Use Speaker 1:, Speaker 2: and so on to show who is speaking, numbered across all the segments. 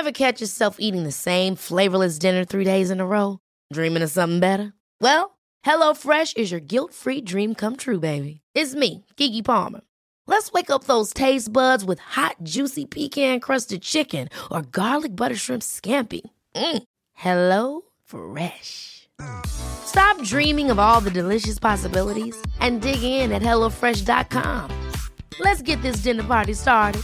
Speaker 1: Ever catch yourself eating the same flavorless dinner 3 days in a row? Dreaming of something better? Well, HelloFresh is your guilt-free dream come true, baby. It's me, Keke Palmer. Let's wake up those taste buds with hot, juicy pecan-crusted chicken or garlic butter shrimp scampi. Hello Fresh. Stop dreaming of all the delicious possibilities and dig in at HelloFresh.com. Let's get this dinner party started.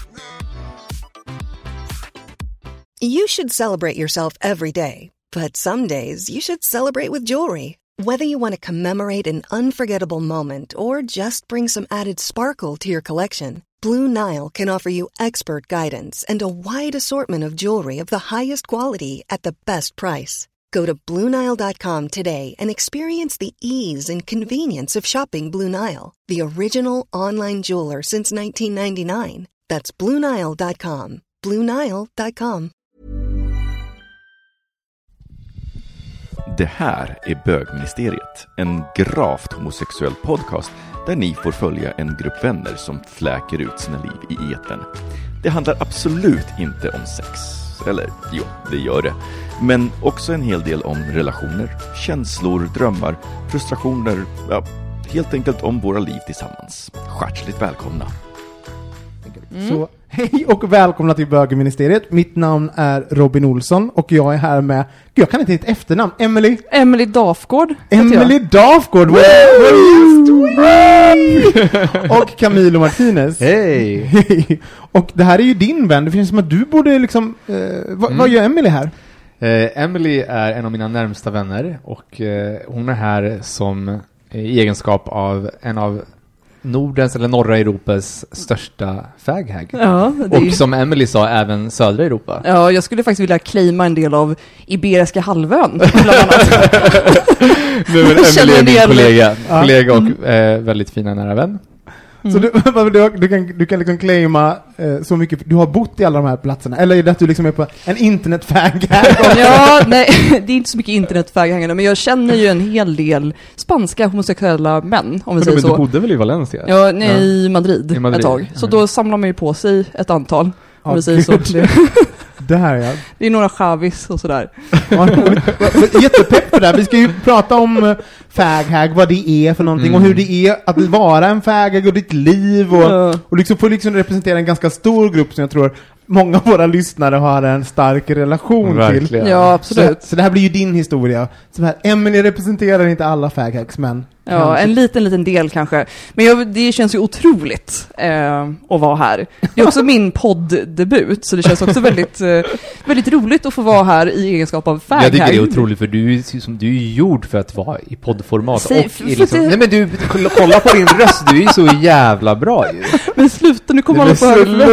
Speaker 2: You should celebrate yourself every day, but some days you should celebrate with jewelry. Whether you want to commemorate an unforgettable moment or just bring some added sparkle to your collection, Blue Nile can offer you expert guidance and a wide assortment of jewelry of the highest quality at the best price. Go to BlueNile.com today and experience the ease and convenience of shopping Blue Nile, the original online jeweler since 1999. That's BlueNile.com. BlueNile.com.
Speaker 3: Det här är Bögministeriet, en gravt homosexuell podcast där ni får följa en grupp vänner som fläker ut sina liv i etern. Det handlar absolut inte om sex. Eller, jo, det gör det. Men också en hel del om relationer, känslor, drömmar, frustrationer. Ja, helt enkelt om våra liv tillsammans. Hjärtligt välkomna.
Speaker 4: Så hej och välkomna till Bögministeriet. Mitt namn är Robin Olsson och jag är här med, jag kan inte ett efternamn,
Speaker 5: Emily Dafgård.
Speaker 4: Emily Dafgård. Och Camilo Martinez.
Speaker 6: Hej.
Speaker 4: Och det här är ju din vän. Det finns som att du borde liksom vad gör Emily här?
Speaker 6: Emily är en av mina närmsta vänner och hon är här som i egenskap av en av Nordens eller norra Europas största faghag.
Speaker 5: Ja,
Speaker 6: och som Emily sa, även södra Europa.
Speaker 5: Ja, jag skulle faktiskt vilja claima en del av Iberiska halvön, bland annat.
Speaker 6: Nu, men Emily är min kollega och väldigt fina nära vän.
Speaker 4: Så du kan liksom claima så mycket, du har bott i alla de här platserna, eller är det att du liksom är på en internetfag här?
Speaker 5: Ja, nej, det är inte så mycket internetfag här, men jag känner ju en hel del spanska homosexuella män, om vi säger så.
Speaker 6: Men du bodde väl i Valencia?
Speaker 5: Ja, nej, i Madrid ett tag. Så då samlar man ju på sig ett antal, om vi säger så.
Speaker 4: Det här, ja.
Speaker 5: Det är några chavis och sådär.
Speaker 4: Jättepepp för det här. Vi ska ju prata om faghag, vad det är för någonting och hur det är att vara en faghag och ditt liv och liksom få liksom representera en ganska stor grupp som jag tror många av våra lyssnare har en stark relation till.
Speaker 5: Ja, absolut.
Speaker 4: Så det här blir ju din historia. Så här, Emily representerar inte alla faghags, men
Speaker 5: ja, en liten del kanske. Men det känns ju otroligt att vara här. Det är också min podddebut, så det känns också väldigt, väldigt roligt att få vara här i egenskap av fag.
Speaker 6: Jag tycker det är otroligt, för du är gjord för att vara i poddformat. Nej, men du, kolla på din röst, du är ju så jävla bra ju.
Speaker 5: Men sluta, nu kommer alla på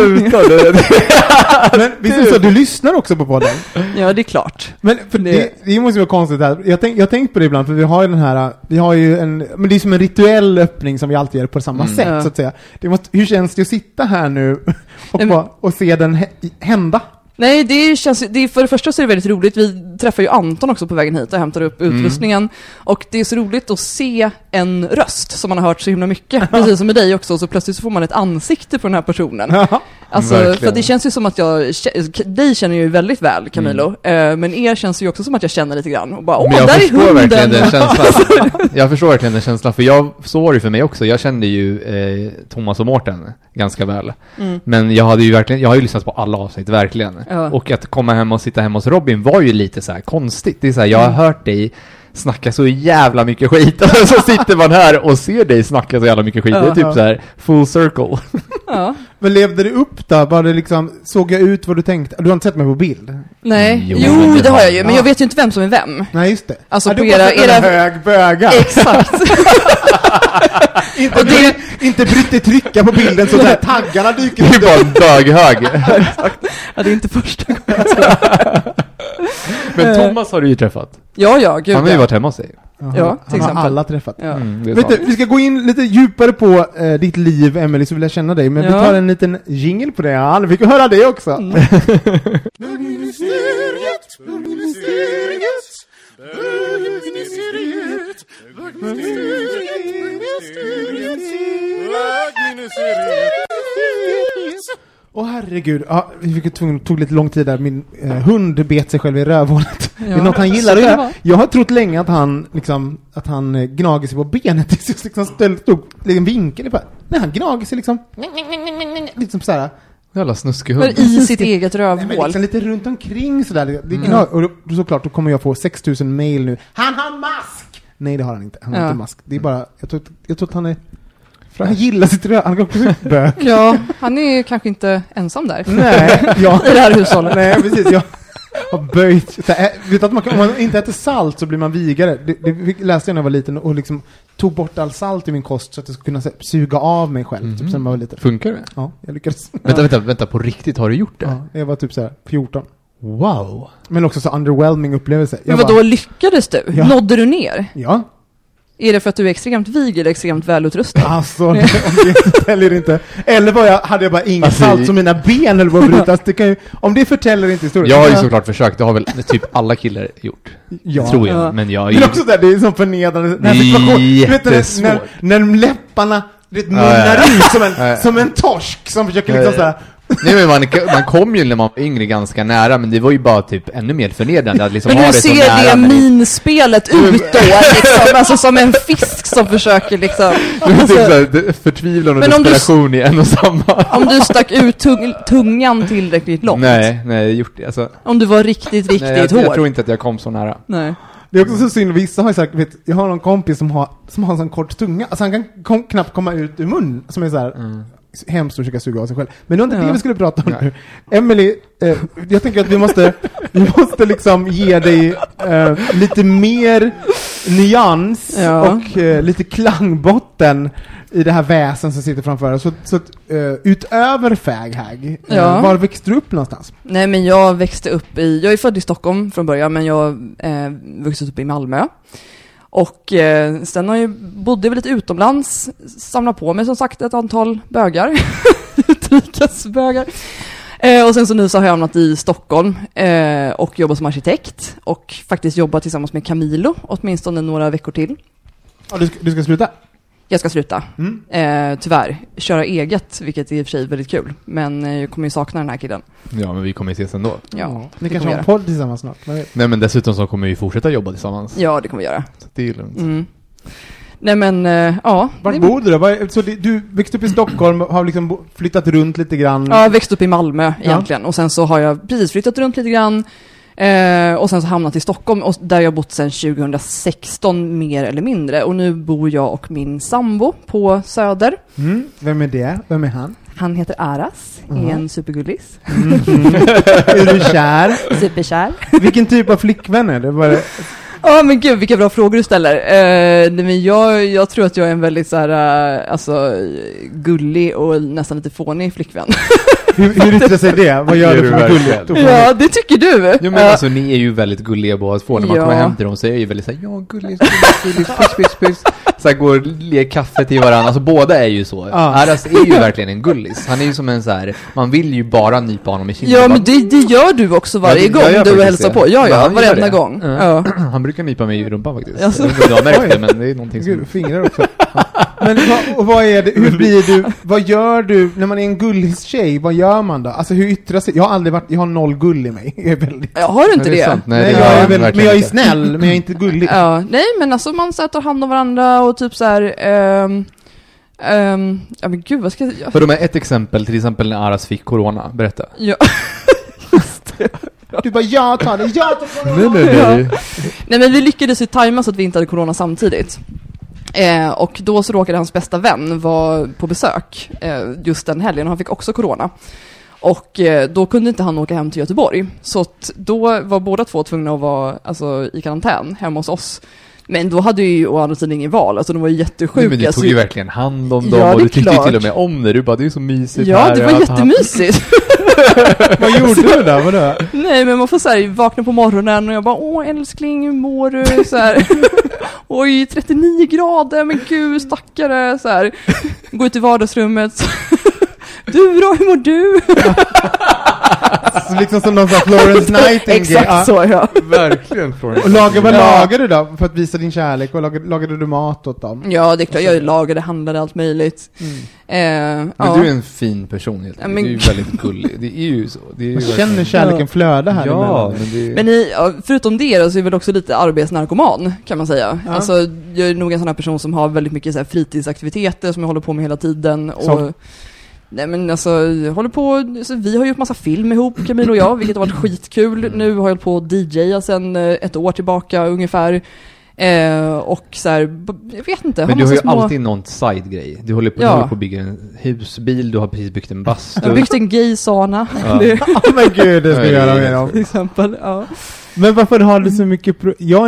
Speaker 4: Men visst är det så, du lyssnar också på podden?
Speaker 5: Ja, det är klart.
Speaker 4: Men för det måste vara konstigt här. Jag tänkt på det ibland, för vi har ju men det är som en rituell öppning som vi alltid gör på samma sätt, så att säga. Hur känns det att sitta här nu och se den hända?
Speaker 5: Nej, för det första så är det väldigt roligt. Vi träffar ju Anton också på vägen hit och hämtar upp utrustningen. Och det är så roligt att se en röst som man har hört så himla mycket. Precis som med dig också. Så plötsligt så får man ett ansikte på den här personen. Alltså, för det känns ju som att dig känner ju väldigt väl, Camilo. Men er känns ju också som att jag känner lite grann. Och bara,
Speaker 6: men jag
Speaker 5: där
Speaker 6: förstår
Speaker 5: är hunden.
Speaker 6: Verkligen den känslan. Jag förstår verkligen den känslan. För så var det för mig också. Jag kände ju Thomas och Mårten ganska väl. Men jag har ju lyssnat på alla avsnitt, verkligen. Ja. Och att komma hem och sitta hemma hos Robin var ju lite så här konstigt. Det är så här, jag har hört dig snacka så jävla mycket skit och så sitter man här och ser dig snacka så jävla mycket skit. Det är typ så här full circle.
Speaker 5: Ja.
Speaker 4: Men levde det upp då? Var det liksom, såg jag ut vad du tänkte? Du har inte sett mig på bild?
Speaker 5: Nej, jo det har jag ju. Men jag vet ju inte vem som är vem.
Speaker 4: Nej, just det.
Speaker 5: Alltså
Speaker 4: på
Speaker 5: på era
Speaker 4: hög böga.
Speaker 5: Exakt.
Speaker 4: Inte Brytte trycka på bilden så där taggarna dyker
Speaker 6: upp. Det är bara en böghög.
Speaker 5: Ja, det är inte första gången.
Speaker 6: Men Thomas har du ju träffat.
Speaker 5: Ja, gud.
Speaker 6: Han har ju varit hemma hos sig.
Speaker 5: Ja, till exempel.
Speaker 4: Har alla träffat.
Speaker 5: Ja.
Speaker 4: Vet du, vi ska gå in lite djupare på ditt liv, Emily, så vill jag känna dig. Men vi tar en liten jingle på det. Ja, vi kan höra det också. Herregud, vi tog lite lång tid där. Min hund bet sig själv i rövhålet. Ja, det är något han gillar att göra. Jag har trott länge att han gnager sig på benet. Det liksom stod en vinkel. Nej, han gnager sig liksom såhär.
Speaker 6: Jävla snuskig hund.
Speaker 5: I sitt eget rövhål.
Speaker 4: Nej, men liksom lite runt omkring sådär. Och såklart, då kommer jag få 6000 mail nu. Han har mask! Nej, det har han inte. Han har inte mask. Det är bara, jag tror att han är... Han gillar sitt röv. Han går också ut bök.
Speaker 5: Ja, han är kanske inte ensam där.
Speaker 4: Nej,
Speaker 5: i det här hushållet.
Speaker 4: Nej, precis. Jag har böjt. Vet att om man inte äter salt så blir man vigare. Det läste jag när jag var liten och liksom tog bort all salt i min kost så att jag skulle kunna suga av mig själv. Typ, sen jag var liten.
Speaker 6: Funkar det?
Speaker 4: Ja, jag lyckades.
Speaker 6: Vänta, på riktigt har du gjort det?
Speaker 4: Ja, jag var typ så här 14.
Speaker 6: Wow.
Speaker 4: Men också så underwhelming upplevelse.
Speaker 5: Men vadå, lyckades du? Ja. Nådde du ner?
Speaker 4: Ja.
Speaker 5: Är det för att du är extremt vig eller extremt välutrustad?
Speaker 4: Alltså, om det förtäljer inte. Eller hade jag bara inget salt som mina ben eller vad brytas. Om det förtäljer inte historien.
Speaker 6: Jag har ju såklart försökt. Det har väl typ alla killar gjort. Ja. Tror jag. Men jag är
Speaker 4: också där, det är som förnedrande. Det är när läpparna munnar ut som en torsk som försöker liksom såhär.
Speaker 6: Nej, men man kom ju när man var yngre ganska nära, men det var ju bara typ ännu mer förnedrande att liksom
Speaker 5: men hur ser det minspelet ut då? Liksom, alltså som en fisk som försöker liksom...
Speaker 6: Alltså, förtvivlan och desperation i en och samma.
Speaker 5: Om du stack ut tungan tillräckligt långt.
Speaker 6: Nej, gjort det. Alltså,
Speaker 5: om du var riktigt hård.
Speaker 6: Jag tror inte att jag kom så nära.
Speaker 5: Nej.
Speaker 4: Det är också så synd, vissa har ju sagt, jag har någon kompis som har en sån kort tunga. Alltså han kan knappt komma ut ur mun, som är så här... hemskt att försöka suga av sig själv. Men det var inte det vi skulle prata om nu. Emily, jag tänker att vi måste liksom ge dig lite mer nyans och lite klangbotten i det här väsen som sitter framför oss. Så utöver Faghag, var växte du upp någonstans?
Speaker 5: Nej, men jag växte upp jag är född i Stockholm från början, men jag växte upp i Malmö. Och sen bodde jag lite utomlands, samlade på mig som sagt ett antal bögar, utrikesbögar. Och sen så nu så har jag hamnat i Stockholm och jobbar som arkitekt och faktiskt jobbar tillsammans med Camilo åtminstone några veckor till.
Speaker 4: Ja, du ska sluta?
Speaker 5: Jag ska sluta, tyvärr. Köra eget, vilket är i och för sig väldigt kul. Men jag kommer ju sakna den här killen.
Speaker 6: Ja, men vi kommer ju ses ändå.
Speaker 5: Ja,
Speaker 4: ni kanske har en podd tillsammans snart.
Speaker 6: Nej, men dessutom så kommer vi fortsätta jobba tillsammans.
Speaker 5: Ja, det kommer vi göra.
Speaker 6: Så det är lugnt.
Speaker 5: Nej, men ja.
Speaker 4: Vart bor du då? Så du växte upp i Stockholm, har liksom flyttat runt lite grann?
Speaker 5: Ja, jag växte upp i Malmö egentligen. Och sen så har jag precis flyttat runt lite grann. Och sen så hamnat i Stockholm och där jag bott sedan 2016 mer eller mindre. Och nu bor jag och min sambo på Söder.
Speaker 4: Vem är det? Vem är han?
Speaker 5: Han heter Aras, är en supergullis.
Speaker 4: Är du kär?
Speaker 5: Superkär.
Speaker 4: Vilken typ av flickvän är det?
Speaker 5: Ja, men gud, vilka bra frågor du ställer. Nej, men jag tror att jag är en väldigt så här, alltså, gullig och nästan lite fånig flickvän.
Speaker 4: Hur yttrar sig det? Vad gör du för gulligt?
Speaker 5: Ja, det tycker du.
Speaker 6: Jo, men alltså, ni är ju väldigt gulliga båda två. När man kommer hem till dem så är jag ju väldigt så här, ja, gullig, puss. Så här, går och ler kaffe till varandra. Alltså, båda är ju så. Aras är ju verkligen en gullis. Han är ju som en så här, man vill ju bara nypa honom i kinden.
Speaker 5: Ja, men det gör du också varje gång du hälsar på. Ja, varenda gång. Ja.
Speaker 6: Han brukar nypa mig i rumpan faktiskt.
Speaker 5: Alltså.
Speaker 6: Jag har märkt det, men det är någonting som...
Speaker 4: Gud, fingrar också. Men vad är det, hur blir du, vad gör du när man är en gullig tjej? Vad gör man då? Alltså hur yttrar sig? Jag har 0 gull i mig. Jag är väldigt...
Speaker 5: Jag har inte det.
Speaker 4: Nej, men jag är snäll, men jag är inte gullig.
Speaker 5: Ja, nej, men alltså man tar hand om varandra och typ så här. Ja, men gud, vad ska jag...
Speaker 6: För de är ett exempel, till exempel när Aras fick corona. Berätta.
Speaker 5: Ja, just det.
Speaker 4: Du bara, jag tar corona.
Speaker 6: Nej.
Speaker 5: Nej, men vi lyckades ju tajma så att vi inte hade corona samtidigt. Och då så råkade hans bästa vän vara på besök just den helgen och han fick också corona. Och då kunde inte han åka hem till Göteborg. Så att då var båda två tvungna att vara i karantän hemma hos oss. Men då hade ju å andra sidan ingen val. Alltså de var ju jättesjuka.
Speaker 6: Men du tog ju verkligen hand om dem och du tyckte till och med om det. Du bara, det är så mysigt
Speaker 5: här.
Speaker 6: Ja,
Speaker 5: det var jättemysigt.
Speaker 4: Vad gjorde du då? Vadå?
Speaker 5: Nej, men man får så här, vakna på morgonen och jag bara, älskling, hur mår du? Så här. Oj, 39 grader, men gud, stackare. Så här. Gå ut i vardagsrummet. Du då, hur mår du?
Speaker 4: liksom som någon sån Florence Nightingale.
Speaker 5: Exakt så, ja.
Speaker 6: Verkligen Florence.
Speaker 4: Och vad lagar du då för att visa din kärlek? Och lagade du mat åt dem?
Speaker 5: Ja, det är klart. Jag lagade, handlade allt möjligt.
Speaker 6: Men du är en fin person helt enkelt. Du är ju väldigt gullig. Det är ju så. Det är ju
Speaker 4: man känner kärleken flöda här
Speaker 6: emellan.
Speaker 5: Men förutom det då, så är väl också lite arbetsnarkoman, kan man säga. Ja. Alltså, jag är nog en sån här person som har väldigt mycket så här fritidsaktiviteter som jag håller på med hela tiden. Och nej, men alltså, jag håller på, alltså, vi har gjort massa film ihop, Camilla och jag, vilket har varit skitkul. Nu har jag på DJa sedan ett år tillbaka ungefär. Och så här, jag vet inte.
Speaker 6: Men du har ju alltid någon side-grej. Du håller på att bygga en husbil, du har precis byggt en bastu.
Speaker 5: Jag har byggt en gay-sauna.
Speaker 4: Men gud, det ska jag göra med dem.
Speaker 5: Till exempel, ja.
Speaker 4: Men varför har du så mycket...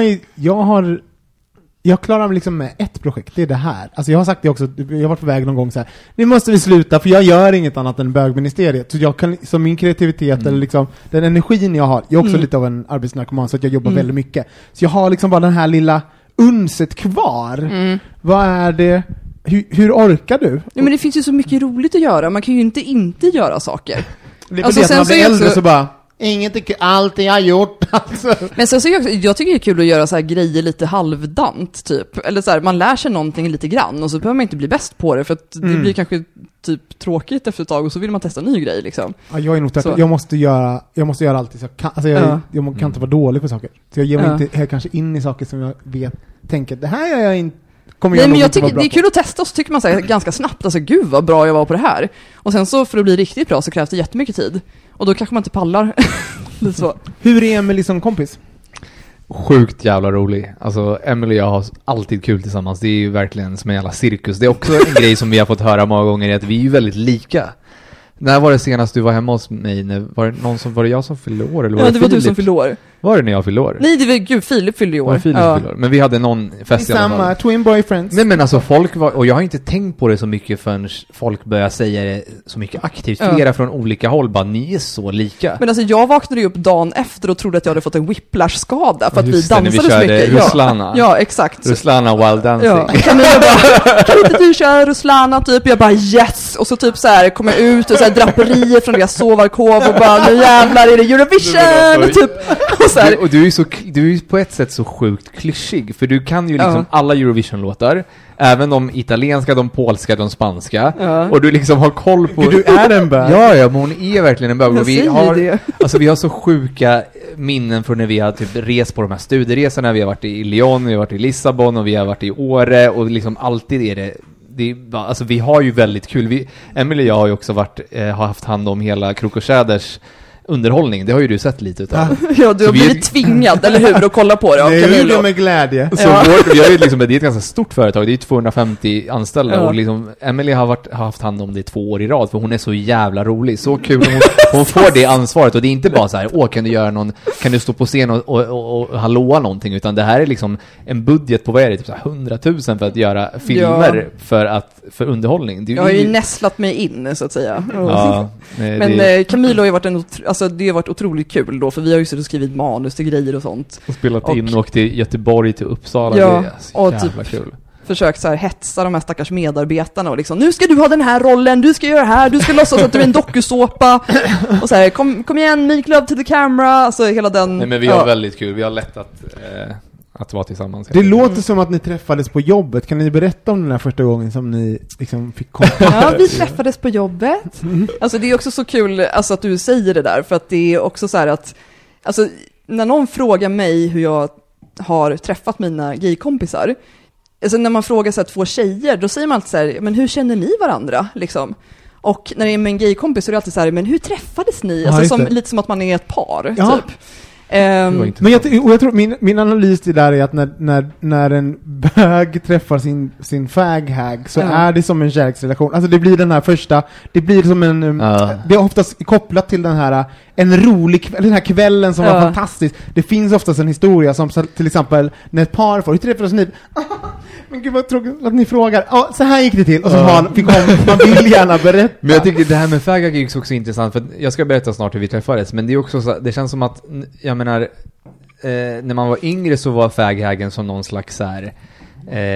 Speaker 4: Jag klarar mig liksom med ett projekt, det är det här. Alltså jag har sagt det också, jag har varit på väg någon gång så här. Nu måste vi sluta, för jag gör inget annat än bögministeriet. Så jag kan, som min kreativitet eller liksom, den energin jag har, jag är också lite av en arbetsnarkoman så att jag jobbar väldigt mycket. Så jag har liksom bara den här lilla unset kvar. Vad är det? Hur orkar du?
Speaker 5: Ja, men det finns ju så mycket roligt att göra, man kan ju inte göra saker.
Speaker 4: Det är alltså, sen man blir äldre så bara... Inget, allt jag har gjort alltså.
Speaker 5: Men sen så jag tycker det är kul att göra så här grejer lite halvdant typ. Eller så här, man lär sig någonting lite grann och så behöver man inte bli bäst på det för att det blir kanske typ tråkigt efter ett tag och så vill man testa en ny grej liksom.
Speaker 4: Ja, jag är nog jag måste göra alltid så jag kan, alltså jag kan inte vara dålig på saker. Så jag ger mig inte kanske in i saker som jag tänker det här gör jag inte.
Speaker 5: Nej, men jag tycker det är kul att testa och så tycker man så här, ganska snabbt alltså gud vad bra jag var på det här. Och sen så för att bli riktigt bra så krävs det jättemycket tid. Och då kanske man inte pallar. Lite så.
Speaker 4: Hur är Emily som kompis?
Speaker 6: Sjukt jävla rolig. Alltså Emily och jag har alltid kul tillsammans. Det är ju verkligen som en jävla cirkus. Det är också en grej som vi har fått höra många gånger är att vi är ju väldigt lika. När var det senast du var hemma hos mig? Var det jag som fyllde år? Eller var
Speaker 5: det var du som fyllde år.
Speaker 6: Var det när jag fyllde år?
Speaker 5: Nej, det var Filip fyllde år.
Speaker 6: Filip fyllde år. Men vi hade någon fest i alla fall.
Speaker 4: Samma, twin boyfriends.
Speaker 6: Nej, men alltså folk var, och jag har inte tänkt på det så mycket förrän folk börjar säga det så mycket aktivt. Flera från olika håll, bara ni är så lika.
Speaker 5: Men alltså jag vaknade ju upp dagen efter och trodde att jag hade fått en whiplash-skada för att vi dansade
Speaker 6: vi
Speaker 5: så mycket.
Speaker 6: Ruslana.
Speaker 5: Ja, exakt.
Speaker 6: Ruslana Wild Dancing.
Speaker 5: Ja. Camilla bara, kan inte du köra Ruslana typ? Jag bara yes! Och så typ så här kommer jag ut och så här draperier från deras sovarkov och bara nu jävlar är det Eurovision! Typ. Och så här.
Speaker 6: Och du är ju på ett sätt så sjukt klyschig för du kan ju liksom alla Eurovision-låtar, även de italienska, de polska, de spanska och du liksom har koll på...
Speaker 4: Du är en bög.
Speaker 6: Ja, men hon är verkligen en bög. Och vi har så sjuka minnen från när vi har typ rest på de här studieresorna. Vi har varit i Lyon, vi har varit i Lissabon och vi har varit i Åre och liksom alltid är det alltså vi har ju väldigt kul. Emily och jag har ju också har haft hand om hela Krok och Tjäders underhållning, det har ju du sett lite utav.
Speaker 5: Ja, du har blivit tvingad, eller hur, att kolla på det.
Speaker 4: Det är ju med glädje.
Speaker 6: Så vi har ju liksom, det är ett ganska stort företag, det är 250 anställda och liksom, Emily har haft hand om det 2 år i rad, för hon är så jävla rolig, så kul. Hon får det ansvaret, och det är inte bara så här, kan du göra kan du stå på scen och hallåa någonting, utan det här är liksom en budget på, vad är det, typ så här 100 000 för att göra filmer för underhållning.
Speaker 5: Jag har ju nästlat mig in, så att säga.
Speaker 6: Ja,
Speaker 5: men Camilo har ju varit alltså det har varit otroligt kul då, för vi har ju skrivit manus till grejer och sånt.
Speaker 6: Och spelat in och till Göteborg, till Uppsala.
Speaker 5: Ja,
Speaker 6: det är så
Speaker 5: och
Speaker 6: jävla
Speaker 5: typ
Speaker 6: kul.
Speaker 5: Försökt så här hetsa de här stackars medarbetarna och liksom, nu ska du ha den här rollen, du ska göra det här, du ska låtsas att du är en dokusåpa. Och så här, kom igen, make love to the camera. Alltså hela den...
Speaker 6: Nej, men vi har väldigt kul, vi har lätt att vara tillsammans.
Speaker 4: Det låter som att ni träffades på jobbet. Kan ni berätta om den här första gången som ni liksom fick kontakt?
Speaker 5: Ja, vi träffades på jobbet. Alltså det är också så kul alltså, att du säger det där, för att det är också så här att alltså, när någon frågar mig hur jag har träffat mina gaykompisar, alltså när man frågar så här, 2 tjejer, då säger man alltid så här, men hur känner ni varandra liksom? Och när det är med en gaykompis så är det alltid så här, men hur träffades ni? Alltså lite som att man är ett par typ.
Speaker 4: Men jag tror min analys till det där är att när en bög träffar sin fag-hag så är det som en kärleksrelation. Alltså det blir den här första, det blir som en det är oftast kopplat till den här den här kvällen som var fantastisk. Det finns oftast en historia som till exempel när ett par får, hur träffades ni? Men gud vad tråkigt att ni frågar. Ja, så här gick det till. Och så man vill gärna berätta.
Speaker 6: Men jag tycker det här med fag-hag är också intressant, för jag ska berätta snart hur vi träffades, men det är också så, det känns som att jag menar när man var yngre så var fag-hagen som någon slags så här,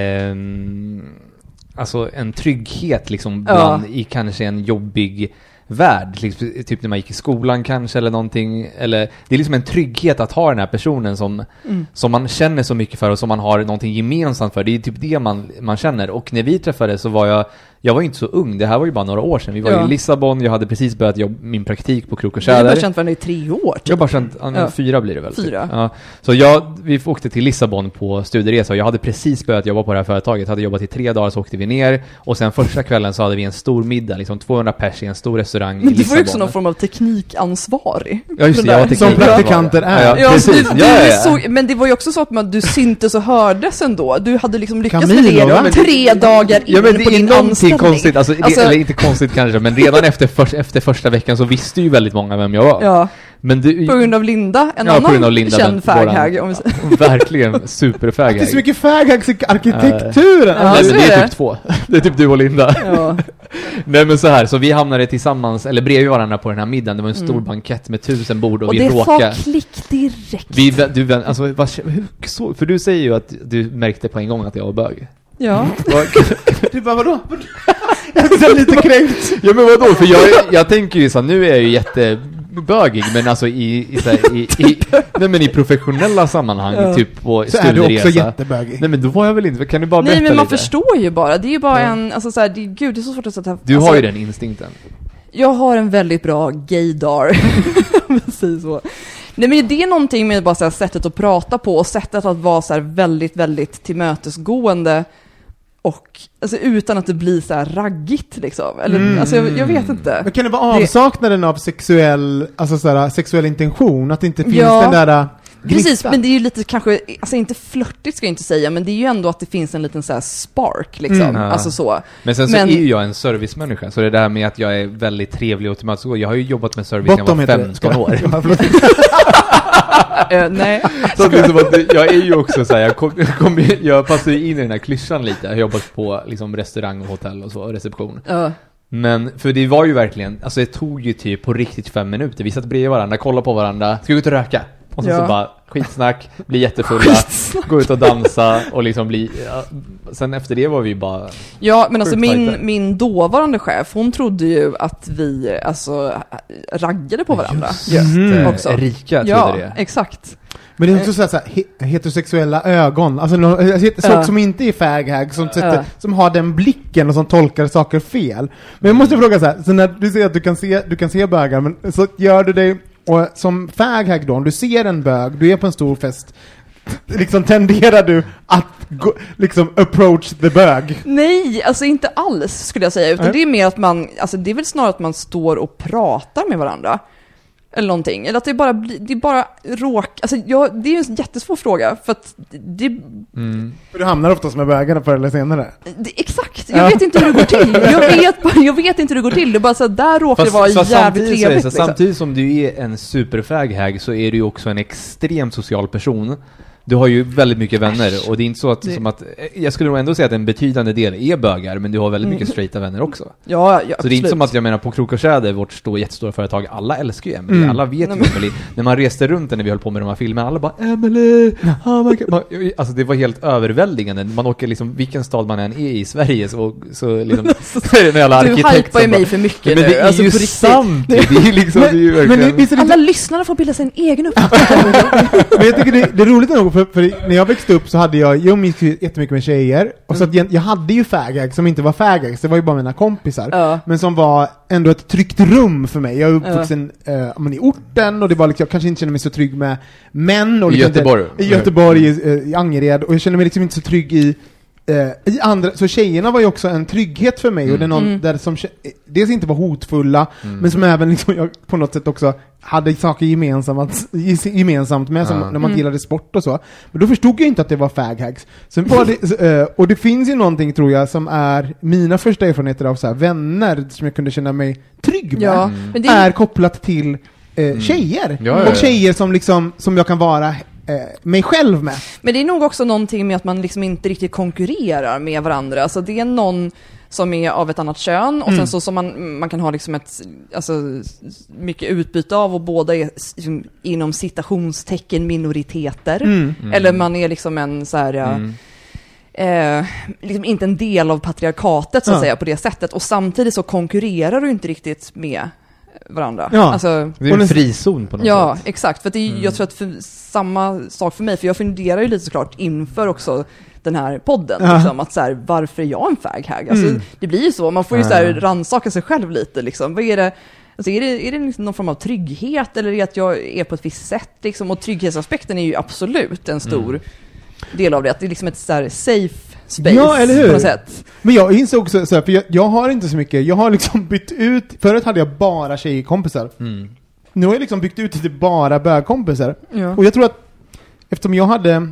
Speaker 6: alltså en trygghet liksom bland i kanske en jobbig värld, liksom, typ när man gick i skolan kanske eller någonting, eller det är liksom en trygghet att ha den här personen som man känner så mycket för och som man har någonting gemensamt för. Det är typ det man känner. Och när vi träffades så var jag var inte så ung, det här var ju bara några år sedan. Vi var i Lissabon, jag hade precis börjat min praktik på Krok och Tjäder.
Speaker 5: Du har bara känt varandra i 3 år typ.
Speaker 6: Jag har bara känt, 4 blir det väl.
Speaker 5: 4.
Speaker 6: Ja. Så vi åkte till Lissabon på studieresa och jag hade precis börjat jobba på det här företaget. Hade jobbat i 3 dagar, så åkte vi ner och sen första kvällen så hade vi en stor middag, liksom 200 pers i en stor restaurang i Lissabon.
Speaker 5: Men det var ju också någon form av teknikansvarig.
Speaker 6: Ja just det, jag var
Speaker 4: som praktikanter är.
Speaker 5: Ja,
Speaker 6: precis.
Speaker 5: Men det var ju också så att du syntes och hördes ändå. Du hade liksom lyckats
Speaker 4: Camilo,
Speaker 5: med det 3 dagar in på din anställning.
Speaker 6: Konstigt, eller inte konstigt kanske, men redan efter första veckan så visste ju väldigt många vem jag var.
Speaker 5: Ja.
Speaker 6: Men
Speaker 5: på grund av Linda, en annan känd faghag.
Speaker 6: Verkligen superfaghag.
Speaker 4: Det är så mycket faghags i arkitekturen.
Speaker 6: Nej, men det är typ 2. Det är typ du och Linda. Ja. Nej men så här, så vi hamnade tillsammans, eller bredvid varandra på den här middagen. Det var en stor bankett med 1000 bord och vi råkade... Och det
Speaker 5: sa klick direkt.
Speaker 6: För du säger ju att du märkte på en gång att jag var bög.
Speaker 5: Ja.
Speaker 4: Du bara, vadå? Jag är lite kränkt.
Speaker 6: Ja men vadå? För jag tänker ju så här, nu är jag ju jättebögig, men alltså i professionella sammanhang typ på
Speaker 4: så
Speaker 6: studieresa.
Speaker 4: Så är du också jättebögig.
Speaker 6: Nej men då var jag väl inte, kan du bara berätta lite?
Speaker 5: Nej men man förstår ju bara, det är ju bara en, alltså så här, gud det är så svårt att sätta.
Speaker 6: Du har ju den instinkten.
Speaker 5: Jag har en väldigt bra gaydar. Precis så. Nej men det är någonting med bara så här, sättet att prata på och sättet att vara så här väldigt, väldigt tillmötesgående och alltså, utan att det blir så här raggigt liksom. Eller, alltså, jag vet inte.
Speaker 4: Men kan det vara avsaknaden av sexuell intention? Att det inte finns den där...
Speaker 5: Precis, men det är ju lite kanske, alltså inte flörtigt ska jag inte säga, men det är ju ändå att det finns en liten så här spark liksom, alltså så.
Speaker 6: Men sen så är ju jag en servicemänniska, så det där med att jag är väldigt trevlig och tillmötesgående. Jag har ju jobbat med service när jag var 15 år.
Speaker 5: Nej.
Speaker 6: Så det är som att jag är ju också så här, jag passar ju in i den här klyschan lite. Jag har jobbat på liksom restaurang och hotell och så, och reception. Men för det var ju verkligen, alltså det tog ju typ på riktigt 5 minuter. Vi satt bredvid varandra, kollade på varandra, ska vi gå ut och röka? Och så bara skitsnack, bli jättefulla, gå ut och dansa och liksom bli... Ja, sen efter det var vi bara...
Speaker 5: Ja, men alltså min dåvarande chef, hon trodde ju att vi alltså raggade på varandra.
Speaker 6: Också. Erika trodde det.
Speaker 5: Ja, exakt.
Speaker 4: Men det är också så här heterosexuella ögon. Alltså folk som inte är faghag, som har den blicken och som tolkar saker fel. Men jag måste fråga så här, så när du säger att du kan se bögar, men så gör du det... Och som faghag då, om du ser en bög, du är på en stor fest, liksom tenderar du att liksom approach the bög?
Speaker 5: Nej, alltså inte alls skulle jag säga, utan det är mer att man, alltså det är väl snarare att man står och pratar med varandra. Eller någonting. Eller att det bara alltså det är ju en jättesvår fråga. För att det...
Speaker 4: För du hamnar oftast med bögarna förr eller senare.
Speaker 5: Exakt. Jag vet inte hur det går till. Jag vet inte hur det går till. Det är bara så att där råkar det vara jävligt trevligt.
Speaker 6: Liksom. Samtidigt som du är en superfaghag så är du ju också en extremt social person. Du har ju väldigt mycket vänner och det är inte så att, som att jag skulle nog ändå säga att en betydande del är bögar, men du har väldigt mycket straighta vänner också.
Speaker 5: Ja,
Speaker 6: så det är inte som att jag menar på Krok och Tjäder, vårt jättestora företag, alla älskar ju Emily, alla vet ju Emily. När man reste runt när vi höll på med de här filmerna, alla bara Emily, alltså det var helt överväldigande. Man åker liksom, vilken stad man än är i Sverige så liksom med alla
Speaker 5: arkitekter. Du hypar ju mig för mycket.
Speaker 6: Men det är alltså, ju sant. Det är liksom, det är ju verkligen...
Speaker 5: Alla lyssnare får bilda sin egen uppfattning.
Speaker 4: Men jag tycker det är roligt nog. För när jag växte upp så hade jag umgicks jättemycket med tjejer. Och så att jag hade ju faghag som inte var faghags. Det var ju bara mina kompisar. Men som var ändå ett tryggt rum för mig. Jag är uppvuxen i orten. Och det var liksom, jag kanske inte kände mig så trygg med män. Och
Speaker 6: I Göteborg.
Speaker 4: I Göteborg, i Angered. Och jag kände mig liksom inte så trygg i andra. Så tjejerna var ju också en trygghet för mig. Och det är någon där som dels inte var hotfulla. Men som även liksom, jag på något sätt också hade saker gemensamt med som när man gillade sport och så. Men då förstod jag inte att det var faghags. Sen var det, och det finns ju någonting tror jag som är mina första erfarenheter av så här, vänner som jag kunde känna mig trygg med. Men det är kopplat till tjejer. Och tjejer som liksom som jag kan vara mig själv med.
Speaker 5: Men det är nog också någonting med att man liksom inte riktigt konkurrerar med varandra. Alltså det är någon som är av ett annat kön och sen så som man kan ha liksom ett mycket utbyte av och båda är liksom, inom citationstecken minoriteter. Eller man är liksom en så här liksom inte en del av patriarkatet så att säga på det sättet, och samtidigt så konkurrerar du inte riktigt med varandra.
Speaker 4: Ja.
Speaker 5: Alltså,
Speaker 6: det är en frizon på något sätt.
Speaker 5: Ja, exakt. För att jag tror att samma sak för mig, för jag funderar ju lite såklart inför också den här podden, liksom, att så här, varför är jag en faghag? Alltså, det blir ju så, man får ju så här rannsaka sig själv lite, liksom. Vad är det? Alltså, är det liksom någon form av trygghet, eller är det att jag är på ett visst sätt, liksom? Och trygghetsaspekten är ju absolut en stor del av det, att det är liksom ett så här safe space,
Speaker 4: ja, eller hur?
Speaker 5: På något sätt.
Speaker 4: Men jag inser också så här, för jag har inte så mycket, jag har liksom bytt ut, förut hade jag bara tjejkompisar. Nu har jag liksom byggt ut till bara bögkompisar. Ja. Och jag tror att eftersom jag hade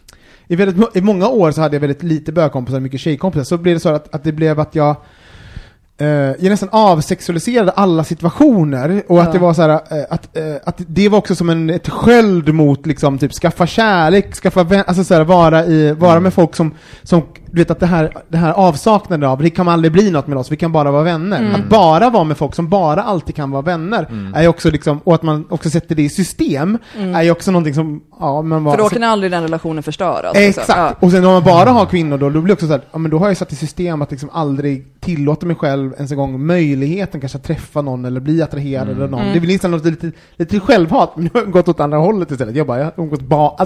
Speaker 4: i många år så hade jag väldigt lite bögkompisar, mycket tjejkompisar, så blev det så att det blev att jag nästan avsexualiserade alla situationer, och att det var så här, att det var också som ett sköld mot liksom typ skaffa kärlek, alltså så här, vara med folk som du vet att det här avsaknaden av, det kan man aldrig bli något med oss, vi kan bara vara vänner. Att bara vara med folk som bara alltid kan vara vänner är ju också liksom, och att man också sätter det i system är ju också någonting som
Speaker 5: för då kan aldrig den relationen förstöras.
Speaker 4: Exakt. Ja. Och sen om man bara har kvinnor då blir det också så här, men då har jag satt i system att liksom aldrig tillåta mig själv ens en gång möjligheten kanske att träffa någon eller bli attraherad eller någon. Det är väl nästan något lite självhat, men jag har gått åt andra hållet istället. Jag umgås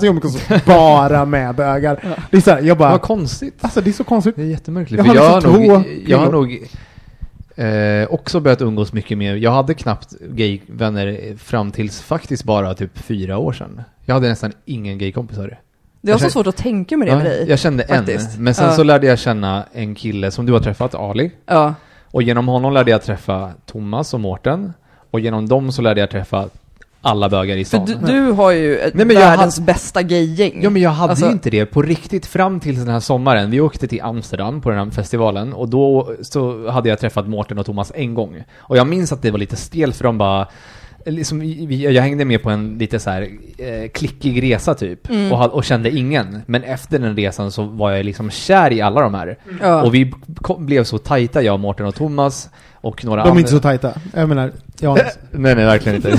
Speaker 4: bara med bögar. Ja. Det är så här, vad
Speaker 6: konstigt.
Speaker 4: Alltså det är så konstigt.
Speaker 6: Det är jättemärkligt. Jag har nog också börjat umgås mycket mer. Jag hade knappt gayvänner fram tills faktiskt bara typ 4 år sedan. Jag hade nästan ingen gaykompisar.
Speaker 5: Det var så svårt att tänka med det med dig.
Speaker 6: Jag kände faktiskt en, men sen så lärde jag känna en kille som du har träffat, Ali. Ja. Och genom honom lärde jag träffa Thomas och Mårten. Och genom dem så lärde jag träffa alla bögar i stan.
Speaker 5: För du har ju världens bästa gaygäng.
Speaker 6: Ja, men jag hade ju inte det på riktigt fram till den här sommaren. Vi åkte till Amsterdam på den här festivalen, och då så hade jag träffat Mårten och Thomas en gång. Och jag minns att det var lite stelt, för de bara liksom, jag hängde med på en lite så här klickig resa typ och kände ingen. Men efter den resan så var jag liksom kär i alla de här. Och vi blev så tajta, jag, Mårten och Thomas och några andra.
Speaker 4: De är inte så tajta. Jag menar,
Speaker 6: nej, verkligen inte.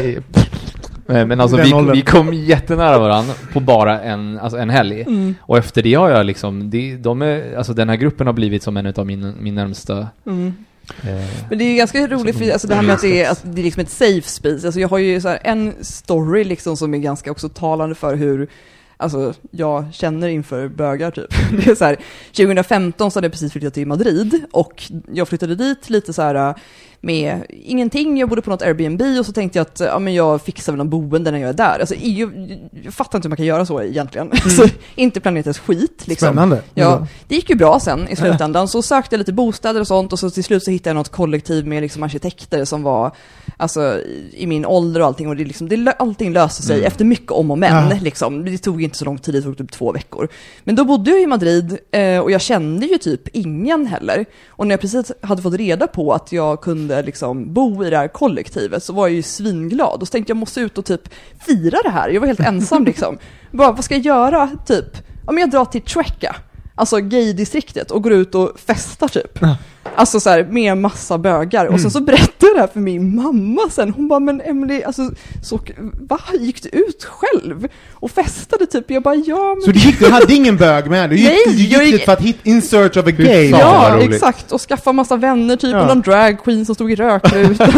Speaker 6: Men alltså vi kom jättenära varandra på bara en helg. Och efter det har jag liksom alltså den här gruppen har blivit som en av min närmsta.
Speaker 5: Men det är ganska roligt, för alltså det här med att det är liksom ett safe space. Alltså jag har ju så här en story liksom som är ganska också talande för hur alltså jag känner inför bögar typ. Det är så här, 2015 så hade jag precis flyttat till Madrid, och jag flyttade dit lite så här med ingenting. Jag bodde på något Airbnb, och så tänkte jag att men jag fixar väl någon boende när jag är där. Alltså jag fattar inte hur man kan göra så egentligen. Alltså, inte planeras skit liksom.
Speaker 4: Spännande.
Speaker 5: Ja, det gick ju bra sen i slutändan. Så sökte jag lite bostäder och sånt, och så till slut så hittade jag något kollektiv med liksom arkitekter som var alltså i min ålder och allting, och allting löste sig efter mycket om och men liksom. Det tog inte så lång tid, det tog typ 2 veckor. Men då bodde jag i Madrid, och jag kände ju typ ingen heller. Och när jag precis hade fått reda på att jag kunde liksom bo i det här kollektivet, så var jag ju svinglad, och så tänkte jag måste ut och typ fira det här. Jag var helt ensam liksom. Bara, vad ska jag göra typ? Om jag drar till Chueca, alltså gaydistriktet, och går ut och festar typ. Alltså så här, med massa bögar. Och sen så berättade jag det här för min mamma sen. Hon bara, men Emily, alltså, gick du ut själv och festade typ? Jag bara, ja. Men... Så
Speaker 4: du hade ingen bög med? Du gick för att hit in search of a gay.
Speaker 5: Ja, exakt. Och skaffa massa vänner typ, och någon drag queen som stod i rökrutan.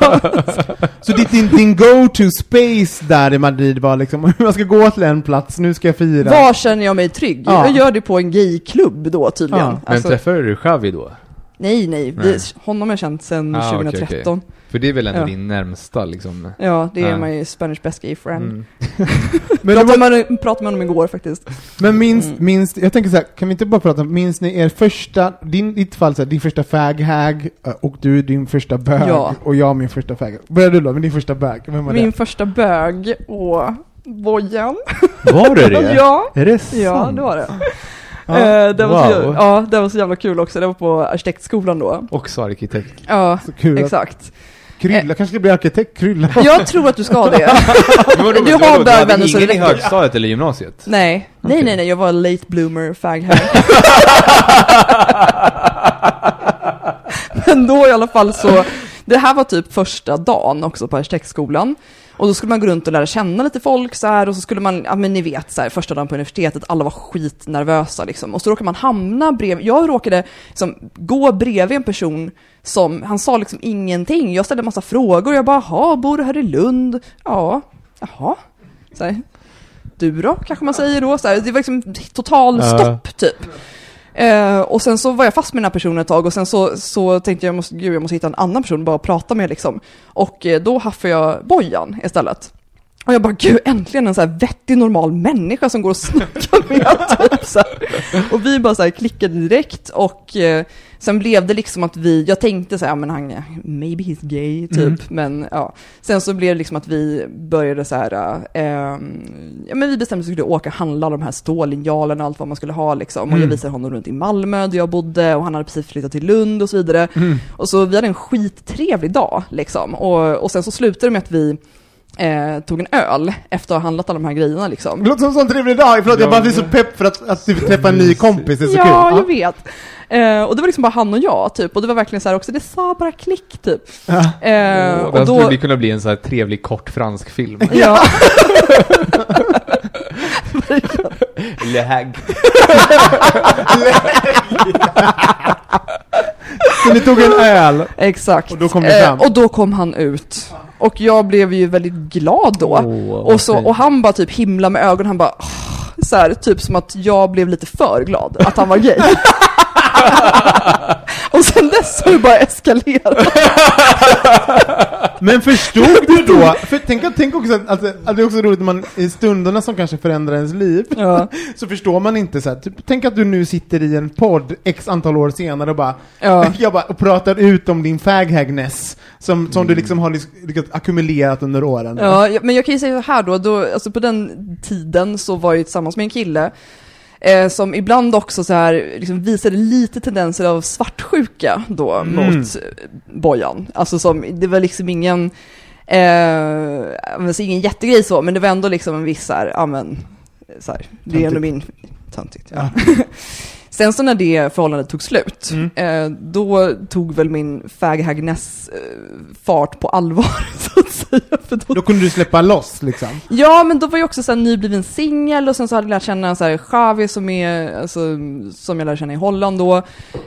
Speaker 4: Så din go-to space där i Madrid var liksom, jag ska gå till en plats, nu ska jag fira.
Speaker 5: Var känner jag mig trygg? Ja. Jag gör det på en gayklubb då tydligen. Ja.
Speaker 6: Men träffade du Xavi då?
Speaker 5: Nej. Honom har jag känt sedan 2013.
Speaker 6: Okay. För det är väl ändå din närmsta liksom.
Speaker 5: Ja, det är my Spanish best gay friend. Men pratade med honom igår faktiskt.
Speaker 4: Men minst jag tänker så här, kan vi inte bara prata, minns ni er första, ditt fall så här, din första faghag, och du din första bög, och jag min första faghag. Börjar du då med din första bög? Vem var
Speaker 5: min första bög, Bojan.
Speaker 6: Var det?
Speaker 5: Ja.
Speaker 6: Är det sant?
Speaker 5: Ja, det var det. Det var så jävla kul också. Det var på arkitektskolan då.
Speaker 6: Också arkitekt.
Speaker 5: Ja, exakt.
Speaker 4: Krylla kanske ska bli arkitekt, Krylla.
Speaker 5: Jag tror att du ska det. Du har bögvänner så
Speaker 6: ingen i högstadiet eller gymnasiet?
Speaker 5: Nej. Okay. Nej, jag var late bloomer fag här. Men då i alla fall så, det här var typ första dagen också på arkitektskolan. Och då skulle man gå runt och lära känna lite folk så här, och så skulle man, ja men ni vet så här, första dagen på universitetet, alla var skitnervösa liksom. Och så råkade man hamna bredvid, jag råkade liksom gå bredvid en person som, han sa liksom ingenting. Jag ställde en massa frågor och jag bara, jaha, bor du här i Lund? Ja, jaha. Så här, du då, kanske man säger då. Så här, det var liksom total stopp typ. Och sen så var jag fast med den här personen ett tag och sen så tänkte jag måste hitta en annan person bara att prata med liksom. Och då haffade jag Bojan istället. Och jag bara, gud, äntligen en så här vettig, normal människa som går och snackar med typ, så här. Och vi bara så här klickade direkt och sen blev det liksom att jag tänkte så här, men han, maybe he's gay typ, men ja. Sen så blev det liksom att vi började så här, ja men vi bestämde att vi skulle åka och handla de här stållinjalerna och allt vad man skulle ha liksom. Och jag visade honom runt i Malmö där jag bodde och han hade precis flyttat till Lund och så vidare. Och så vi hade en skittrevlig dag liksom. Och sen så slutade det med att vi tog en öl efter att ha handlat alla de här grejerna liksom.
Speaker 4: Det låter som en sån trevlig dag. Förlåt, jag bara blir så pepp för att du träffa en ny kompis. Det är så kul.
Speaker 5: Ja, jag vet. Och det var liksom bara han och jag typ. Och det var verkligen så här också, det sa bara klick typ.
Speaker 6: Och då skulle det kunna bli en så här trevlig kort fransk film.
Speaker 5: Ja.
Speaker 6: Le Hag.
Speaker 4: Så ni tog en öl.
Speaker 5: Exakt.
Speaker 4: Och då kom det fram.
Speaker 5: Och då kom han ut. Och jag blev ju väldigt glad då. Och han bara typ himla med ögonen. Han bara så här, typ som att jag blev lite för glad att han var gay. Och sen dess har det bara eskalerat.
Speaker 4: Men förstod du då? För tänk också att det är också roligt när man i stunderna som kanske förändrar ens liv, så förstår man inte så här, typ, tänk att du nu sitter i en podd x antal år senare och bara, och pratar ut om din faghagness som du liksom har lyckats accumulerat under åren.
Speaker 5: Ja, men jag kan ju säga så här då alltså på den tiden så var jag tillsammans med en kille som ibland också så här liksom visade lite tendenser av svartsjuka då mot Bojan. Alltså som, det var liksom ingen jättegrej så, men det var ändå liksom en viss så här, det är ändå min töntigt. Ja. Sen så när det förhållandet tog slut, då tog väl min faghagness fart på allvar, så att säga. För
Speaker 4: då kunde du släppa loss liksom?
Speaker 5: Ja, men då var jag också så här nybliven singel och sen så hade jag lärt känna så här Xavi som jag lärde känna i Holland då.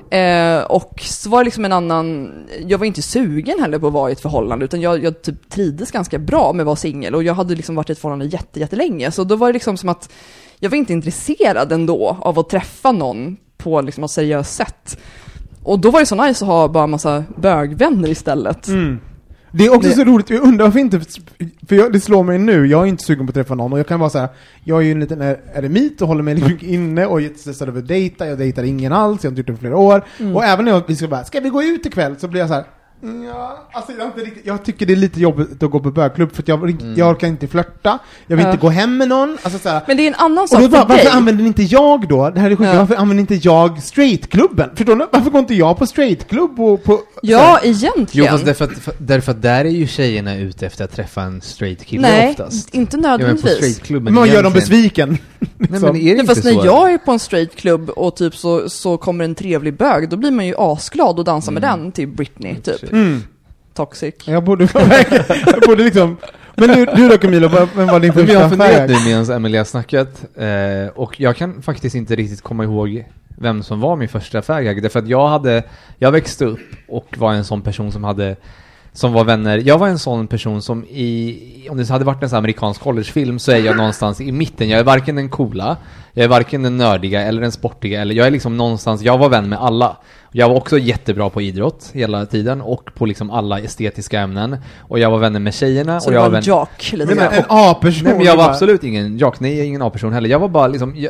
Speaker 5: Och så var det liksom en annan, jag var inte sugen heller på att vara i ett förhållande, utan jag typ trivdes ganska bra med att vara singel och jag hade liksom varit i ett förhållande jättelänge. Så då var det liksom som att jag var inte intresserad ändå av att träffa någon på liksom ett seriöst sätt. Och då var det så nice att ha bara en massa bögvänner istället.
Speaker 4: Det är också så roligt, jag undrar varför inte, för det slår mig nu, jag är inte sugen på att träffa någon och jag kan vara så här, jag är ju en liten eremit och håller mig liksom inne och jättestressad över dejta, jag dejtar ingen alls, jag har inte gjort det för flera år. Och även när vi ska vi gå ut ikväll, så blir jag så här, ja, alltså jag tycker det är lite jobbigt att gå på bögklubb för att jag orkar inte flirta, jag vill inte gå hem med någon, alltså så här.
Speaker 5: Men det är en annan sak
Speaker 4: för dig. Varför
Speaker 5: dig?
Speaker 4: Använder inte jag då? Det här är sjukt. Varför använder inte jag straightklubben? Förstår du? Varför går inte jag på straightklubb på
Speaker 5: ja, egentligen.
Speaker 6: Jo, fast därför att där är ju tjejerna ute efter att träffa en straight kille oftast.
Speaker 5: Nej, inte nödvändigtvis.
Speaker 6: Ja, men på straightklubben
Speaker 4: man gör dem besviken.
Speaker 6: Nej, men är det
Speaker 5: fast
Speaker 6: inte
Speaker 5: när
Speaker 6: så?
Speaker 5: jag är på en straightklubb och typ så kommer en trevlig bög, då blir man ju asglad och dansar med den till Britney typ. Toxic.
Speaker 4: Jag borde liksom. Men du då Camilo, vem var din första
Speaker 6: Jag har funderat
Speaker 4: färg?
Speaker 6: nu medan Emelie har snackat och jag kan faktiskt inte riktigt komma ihåg vem som var min första färg. Därför att jag växte upp och var en sån person som var vänner. Jag var en sån person som om det hade varit en sån amerikansk collegefilm så är jag någonstans i mitten. Jag är varken den coola, jag är varken den nördiga eller den sportiga, eller jag är liksom någonstans, jag var vän med alla. Jag var också jättebra på idrott hela tiden och på liksom alla estetiska ämnen. Och jag var vänner med tjejerna.
Speaker 5: Så
Speaker 6: och
Speaker 5: du
Speaker 6: jag
Speaker 5: var en jock?
Speaker 4: En A-person?
Speaker 6: Nej, men jag var absolut ingen jock. Nej, ingen A-person heller. Jag var bara liksom...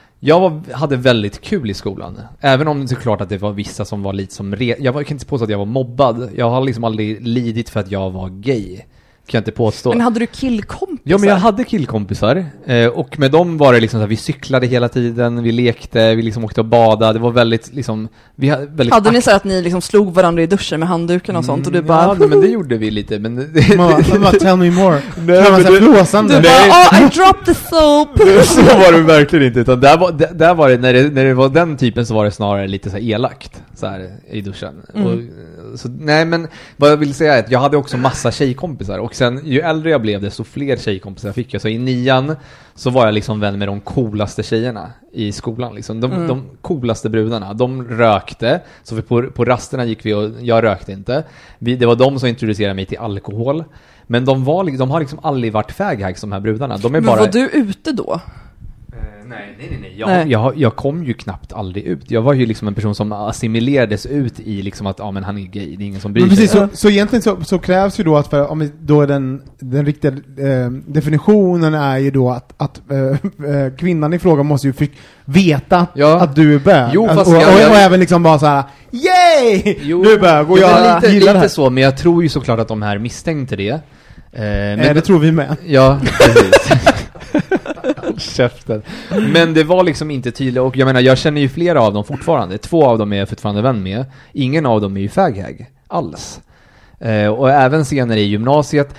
Speaker 6: hade väldigt kul i skolan. Även om det är klart att det var vissa som var lite som... Jag kan inte påstå att jag var mobbad. Jag har liksom aldrig lidit för att jag var gay. Kan jag inte påstå.
Speaker 5: Men hade du killkompisar?
Speaker 6: Ja, men jag hade killkompisar. Och med dem var det liksom så här, vi cyklade hela tiden, vi lekte, vi liksom åkte och badade. Det var väldigt liksom...
Speaker 5: Hade ni så att ni liksom slog varandra i duschen med handduken och sånt? Och du bara...
Speaker 6: Ja, men det gjorde vi lite. Men
Speaker 4: tell me more.
Speaker 6: Nej, men
Speaker 4: du
Speaker 5: bara, I dropped the soap.
Speaker 6: Så var det verkligen inte. Utan där var det, när det var den typen så var det snarare lite så här elakt så här, i duschen. Och Så, nej, men vad jag vill säga är att jag hade också massa tjejkompisar. Och sen, ju äldre jag blev, desto fler tjejkompisar fick jag. Så i 9:an så var jag liksom vän med de coolaste tjejerna i skolan. Liksom. De coolaste brudarna. De rökte. Så på rasterna gick vi och jag rökte inte. Det var de som introducerade mig till alkohol. Men de har liksom aldrig varit faghags, de här brudarna. De är
Speaker 5: men
Speaker 6: bara...
Speaker 5: var du ute då?
Speaker 6: Nej. Jag kom ju knappt aldrig ut. Jag var ju liksom en person som assimilerades ut i liksom att men han är gay, det är ingen som bryr sig.
Speaker 4: Precis, så egentligen så krävs ju då att om vi, då den riktiga definitionen är ju då att kvinnan i fråga måste ju veta att du är bög.
Speaker 6: Jo, fast
Speaker 4: och även liksom bara så här: yay! Du är bög och jag gillar det här.
Speaker 6: Så, men jag tror ju såklart att de här misstänkte det. Men
Speaker 4: det tror vi med.
Speaker 6: Ja, precis. Käften. Men det var liksom inte tydligt. Och jag menar, jag känner ju flera av dem fortfarande. 2 av dem är jag fortfarande vän med. Ingen av dem är ju faghag alls. Och även senare i gymnasiet.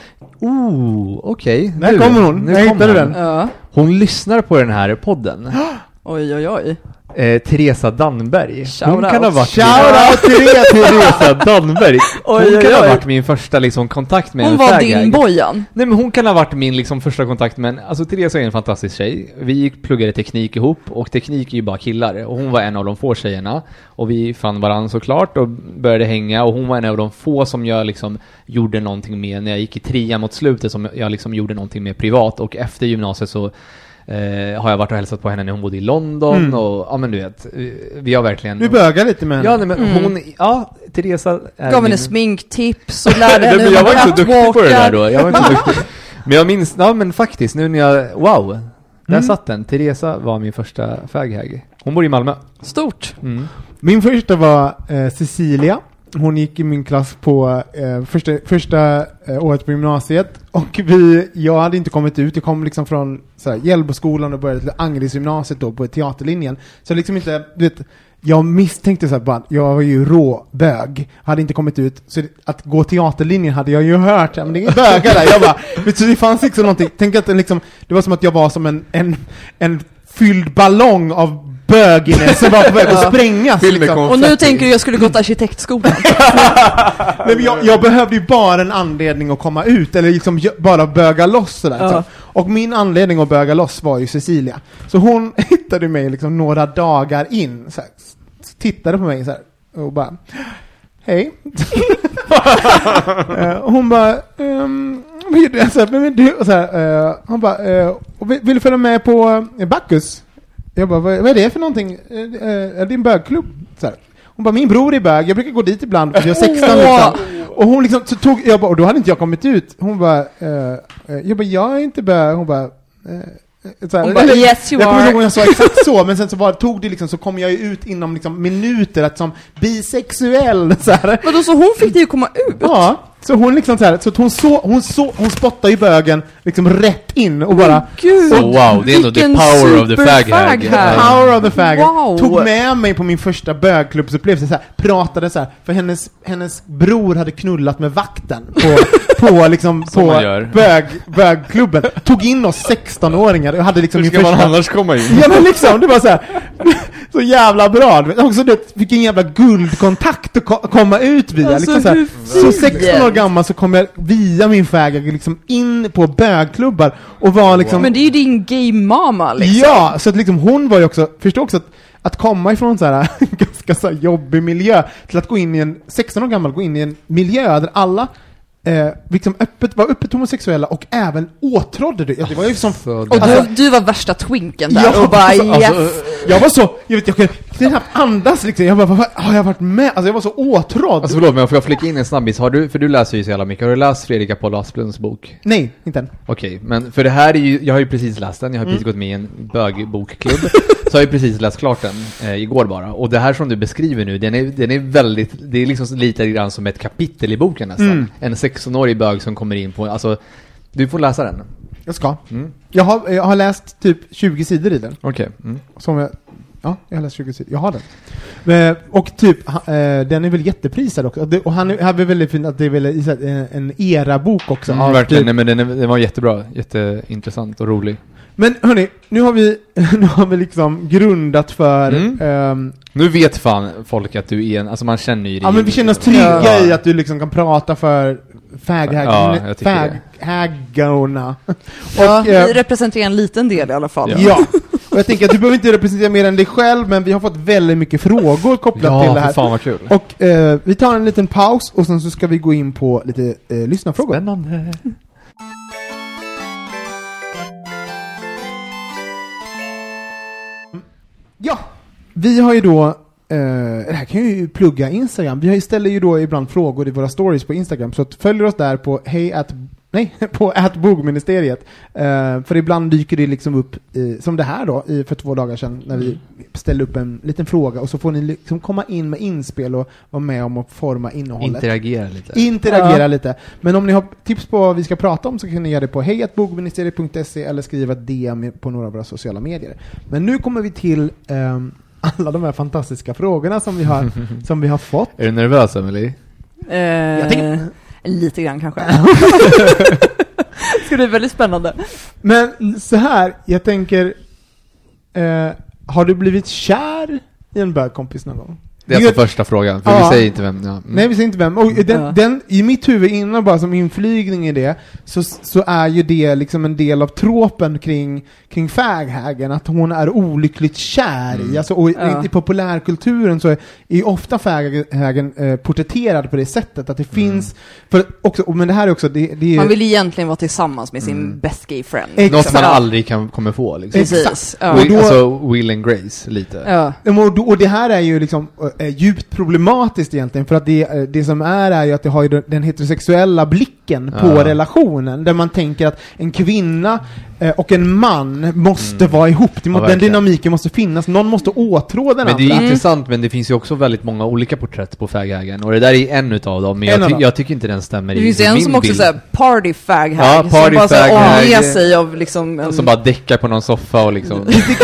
Speaker 6: Okej.
Speaker 4: Där kommer hon. Jag hittade den.
Speaker 5: Ja.
Speaker 6: Hon lyssnar på den här podden.
Speaker 5: Oj.
Speaker 6: Teresa Danberg. Hon
Speaker 5: Shout
Speaker 6: kan ha varit
Speaker 4: Shoutout till
Speaker 6: Teresa Danberg. Hon kan ha varit min första liksom kontakt med
Speaker 5: hon
Speaker 6: en
Speaker 5: var
Speaker 6: faghag.
Speaker 5: din bojan.
Speaker 6: Nej, men hon kan ha varit min liksom första kontakt med alltså Teresa är en fantastisk tjej. Vi pluggade teknik ihop och teknik är ju bara killar och hon var en av de få tjejerna och vi fann varandra såklart och började hänga och hon var en av de få som jag liksom gjorde någonting med när jag gick i 3 mot slutet, som jag liksom gjorde någonting med privat, och efter gymnasiet så har jag varit och hälsat på henne när hon bodde i London och ja, men du vet, vi har verkligen...
Speaker 4: Du bögar lite med henne.
Speaker 6: Ja, nej, men hon... Ja, Teresa är
Speaker 5: gav henne sminktips och lärde henne.
Speaker 6: Jag var inte så duktig på det där då. Jag var inte duktig. Men jag minns... Ja, men faktiskt, nu när jag... Wow! Där satt den. Teresa var min första faghag. Hon bor i Malmö.
Speaker 5: Stort.
Speaker 4: Min första var Cecilia. Hon gick i min klass på första året på gymnasiet. Och jag hade inte kommit ut. Jag kom liksom från Hjällboskolan och började till Angeredsgymnasiet då på teaterlinjen. Så liksom inte, du vet, jag misstänkte så här bara, jag var ju råbög. Hade inte kommit ut. Så att gå teaterlinjen hade jag ju hört. Men det är bögar där. Jag bara, vet du, det fanns liksom någonting. Tänk att liksom, det var som att jag var som en fylld ballong av böginess som var på väg att sprängas liksom.
Speaker 5: Och nu tänker du jag skulle gått arkitektskolan.
Speaker 4: Men jag behövde ju bara en anledning att komma ut, eller liksom bara böga loss sådär, liksom. Och min anledning att böga loss var ju Cecilia. Så hon hittade mig liksom några dagar in så här, tittade på mig så här, och bara hej. Hon bara hon bara vill du följa med på Bacchus? Jag bara, vad är det för någonting? Är det en bögklubb? Så här. Hon bara, min bror är bög. Jag brukar gå dit ibland för jag är 16 liksom. Och hon liksom så tog jag bara, och då hade inte jag kommit ut. Hon bara, jag är inte bög. Hon bara,
Speaker 5: hon bara, yes you
Speaker 4: jag kommer
Speaker 5: are.
Speaker 4: inte ihåg om jag sa exakt så, men sen så tog det liksom, så kom jag ju ut inom liksom minuter att som bisexuell så här.
Speaker 5: Men då så hon fick det ju komma ut.
Speaker 4: Ja. Så hon liksom så här, så att hon spottade i bögen liksom rätt in och bara
Speaker 6: wow, det är ändå the power of the faghag.
Speaker 4: Power of the faghag.
Speaker 5: Wow.
Speaker 4: Tog med mig på min första bögklubbsupplevelse så här, pratade så här, för hennes bror hade knullat med vakten på liksom på bögklubben. Tog in oss 16-åringar och hade liksom
Speaker 6: hur ska man annars komma in?
Speaker 4: Ja, men liksom det var så här så jävla bra. Också det fick en jävla guldkontakt att komma ut via
Speaker 5: alltså,
Speaker 4: liksom så 16 år gammal så kom jag via min faghag liksom in på bögklubbar och var liksom...
Speaker 5: Men det är ju din gay mama liksom.
Speaker 4: Ja, så att liksom hon var ju också, förstår också att komma ifrån så här ganska så här jobbig miljö till att gå in i en 16 år gammal, gå in i en miljö där alla liksom var öppet homosexuella och även åtrådde det. Det var ju som
Speaker 5: och du var värsta twinken där.
Speaker 4: Ja,
Speaker 5: och bara yes.
Speaker 4: Jag var så, jag kunde knappt andas liksom. Jag bara, har jag varit med? Alltså jag var så åtrådd.
Speaker 6: Alltså förlåt, men jag får flika in en snabbis. För du läser ju så jävla mycket. Har du läst Fredrik Apollo Asplunds bok?
Speaker 4: Nej, inte än.
Speaker 6: Okej, men för det här är ju, jag har ju precis läst den. Jag har precis gått med i en bögbokklubb. Så har jag precis läst klart den igår bara. Och det här som du beskriver nu, den är väldigt, det är liksom lite grann som ett kapitel i boken nästan. En 16-årig bög som kommer in på, alltså du får läsa den.
Speaker 4: Jag ska. Jag har läst typ 20 sidor i den.
Speaker 6: Okej.
Speaker 4: Som Ja, jag har läst 20 sidor. Jag har den. Och typ, den är väl jätteprisad också. Och han är väldigt fint att det är väl en era-bok också.
Speaker 6: Verkligen, nej, men den var jättebra. Jätteintressant och rolig.
Speaker 4: Men hörni, nu har vi liksom grundat för...
Speaker 6: nu vet fan folk att du är en... Alltså man känner ju det.
Speaker 4: Ja, men vi känner oss trygga i att du liksom kan prata för fag-haggarna.
Speaker 5: Ja, vi representerar en liten del i alla fall.
Speaker 4: Ja. Och jag tänker att du behöver inte representera mer än dig själv, men vi har fått väldigt mycket frågor kopplat till det här.
Speaker 6: Ja, fan vad kul.
Speaker 4: Och vi tar en liten paus och sen så ska vi gå in på lite lyssnarfrågor.
Speaker 6: Spännande.
Speaker 4: Ja, vi har ju då det här kan ju plugga Instagram. Vi ställer ju då ibland frågor i våra stories på Instagram, så följ oss där på på @bogministeriet. För ibland dyker det liksom upp som det här då för 2 dagar sedan när vi ställde upp en liten fråga, och så får ni liksom komma in med inspel och vara med om att forma innehållet. Interagera lite. Men om ni har tips på vad vi ska prata om så kan ni göra det på hej@bogministeriet.se eller skriva ett DM på några av våra sociala medier. Men nu kommer vi till alla de här fantastiska frågorna som vi har fått.
Speaker 6: Är du nervös, Emily?
Speaker 4: Jag tänker...
Speaker 5: Lite grann kanske. Det ska bli väldigt spännande.
Speaker 4: Men så här, jag tänker, har du blivit kär i en bögkompis någon gång?
Speaker 6: Det är alltså första frågan, för vi säger inte vem. Ja.
Speaker 4: Nej, vi säger inte vem. Och den, i mitt huvud innan bara som inflygning i det, så är ju det liksom en del av tråpen kring faghagen, att hon är olyckligt kär i. Alltså, och i populärkulturen så är ofta faghagen porträtterad på det sättet att det finns, för också, men det här är också det
Speaker 5: man vill egentligen vara tillsammans med sin best gay friend.
Speaker 6: Exakt. Något man aldrig kommer få liksom.
Speaker 5: Precis.
Speaker 6: Ja. Alltså Will and Grace lite.
Speaker 5: Ja.
Speaker 4: Och det här är ju liksom djupt problematiskt egentligen, för att det som är ju att det har ju den heterosexuella blicken på relationen, där man tänker att en kvinna och en man måste vara ihop. Den dynamiken måste finnas. Någon måste åtrå den
Speaker 6: andra. Men det är intressant, men det finns ju också väldigt många olika porträtt på fag-hagen, och det där är en utav dem, men jag tycker inte den stämmer.
Speaker 5: Det finns en som också säger party fag-hag,
Speaker 6: som bara
Speaker 5: omger sig av liksom
Speaker 6: som bara däckar på någon soffa och liksom.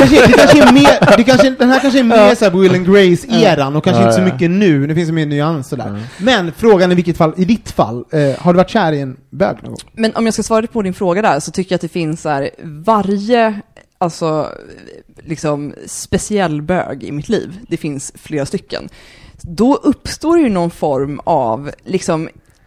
Speaker 4: det kanske den här kanske är mer så här Will and Grace-eran och kanske inte så mycket nu. Det finns ju mer nyanser där. Men frågan i ditt fall, har du varit kär i en bög någon gång? Men
Speaker 5: om jag ska svara på din fråga där, så tycker jag att det finns här varje liksom speciell bög i mitt liv. Det finns flera stycken. Då uppstår ju någon form av liksom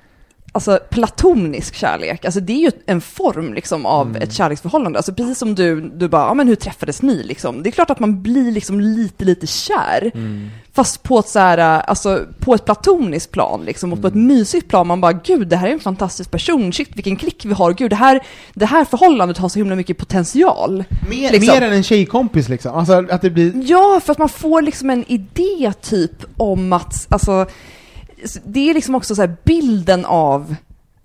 Speaker 5: platonisk kärlek. Alltså det är ju en form liksom av ett kärleksförhållande. Alltså precis som du bara, men hur träffades ni liksom? Det är klart att man blir liksom lite kär. Fast på ett så här, på ett platoniskt plan liksom, och på ett mysigt plan, man bara, gud, det här är en fantastisk person. Shit, vilken klick vi har. Gud, det här förhållandet har så himla mycket potential.
Speaker 4: Mer än en tjejkompis liksom. Alltså att det blir...
Speaker 5: Ja, för att man får liksom en idé typ om att det är liksom också så här bilden av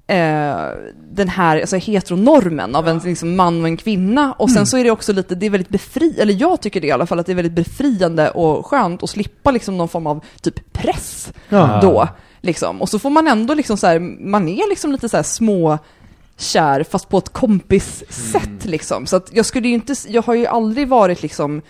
Speaker 5: den här heteronormen av en liksom man och en kvinna, och sen så är det också lite, det är väldigt eller jag tycker det i alla fall, att det är väldigt befriande och skönt att slippa liksom någon form av typ press då liksom, och så får man ändå liksom så här, man är liksom lite så här små kär fast på ett kompis sätt liksom, så att jag har ju aldrig varit liksom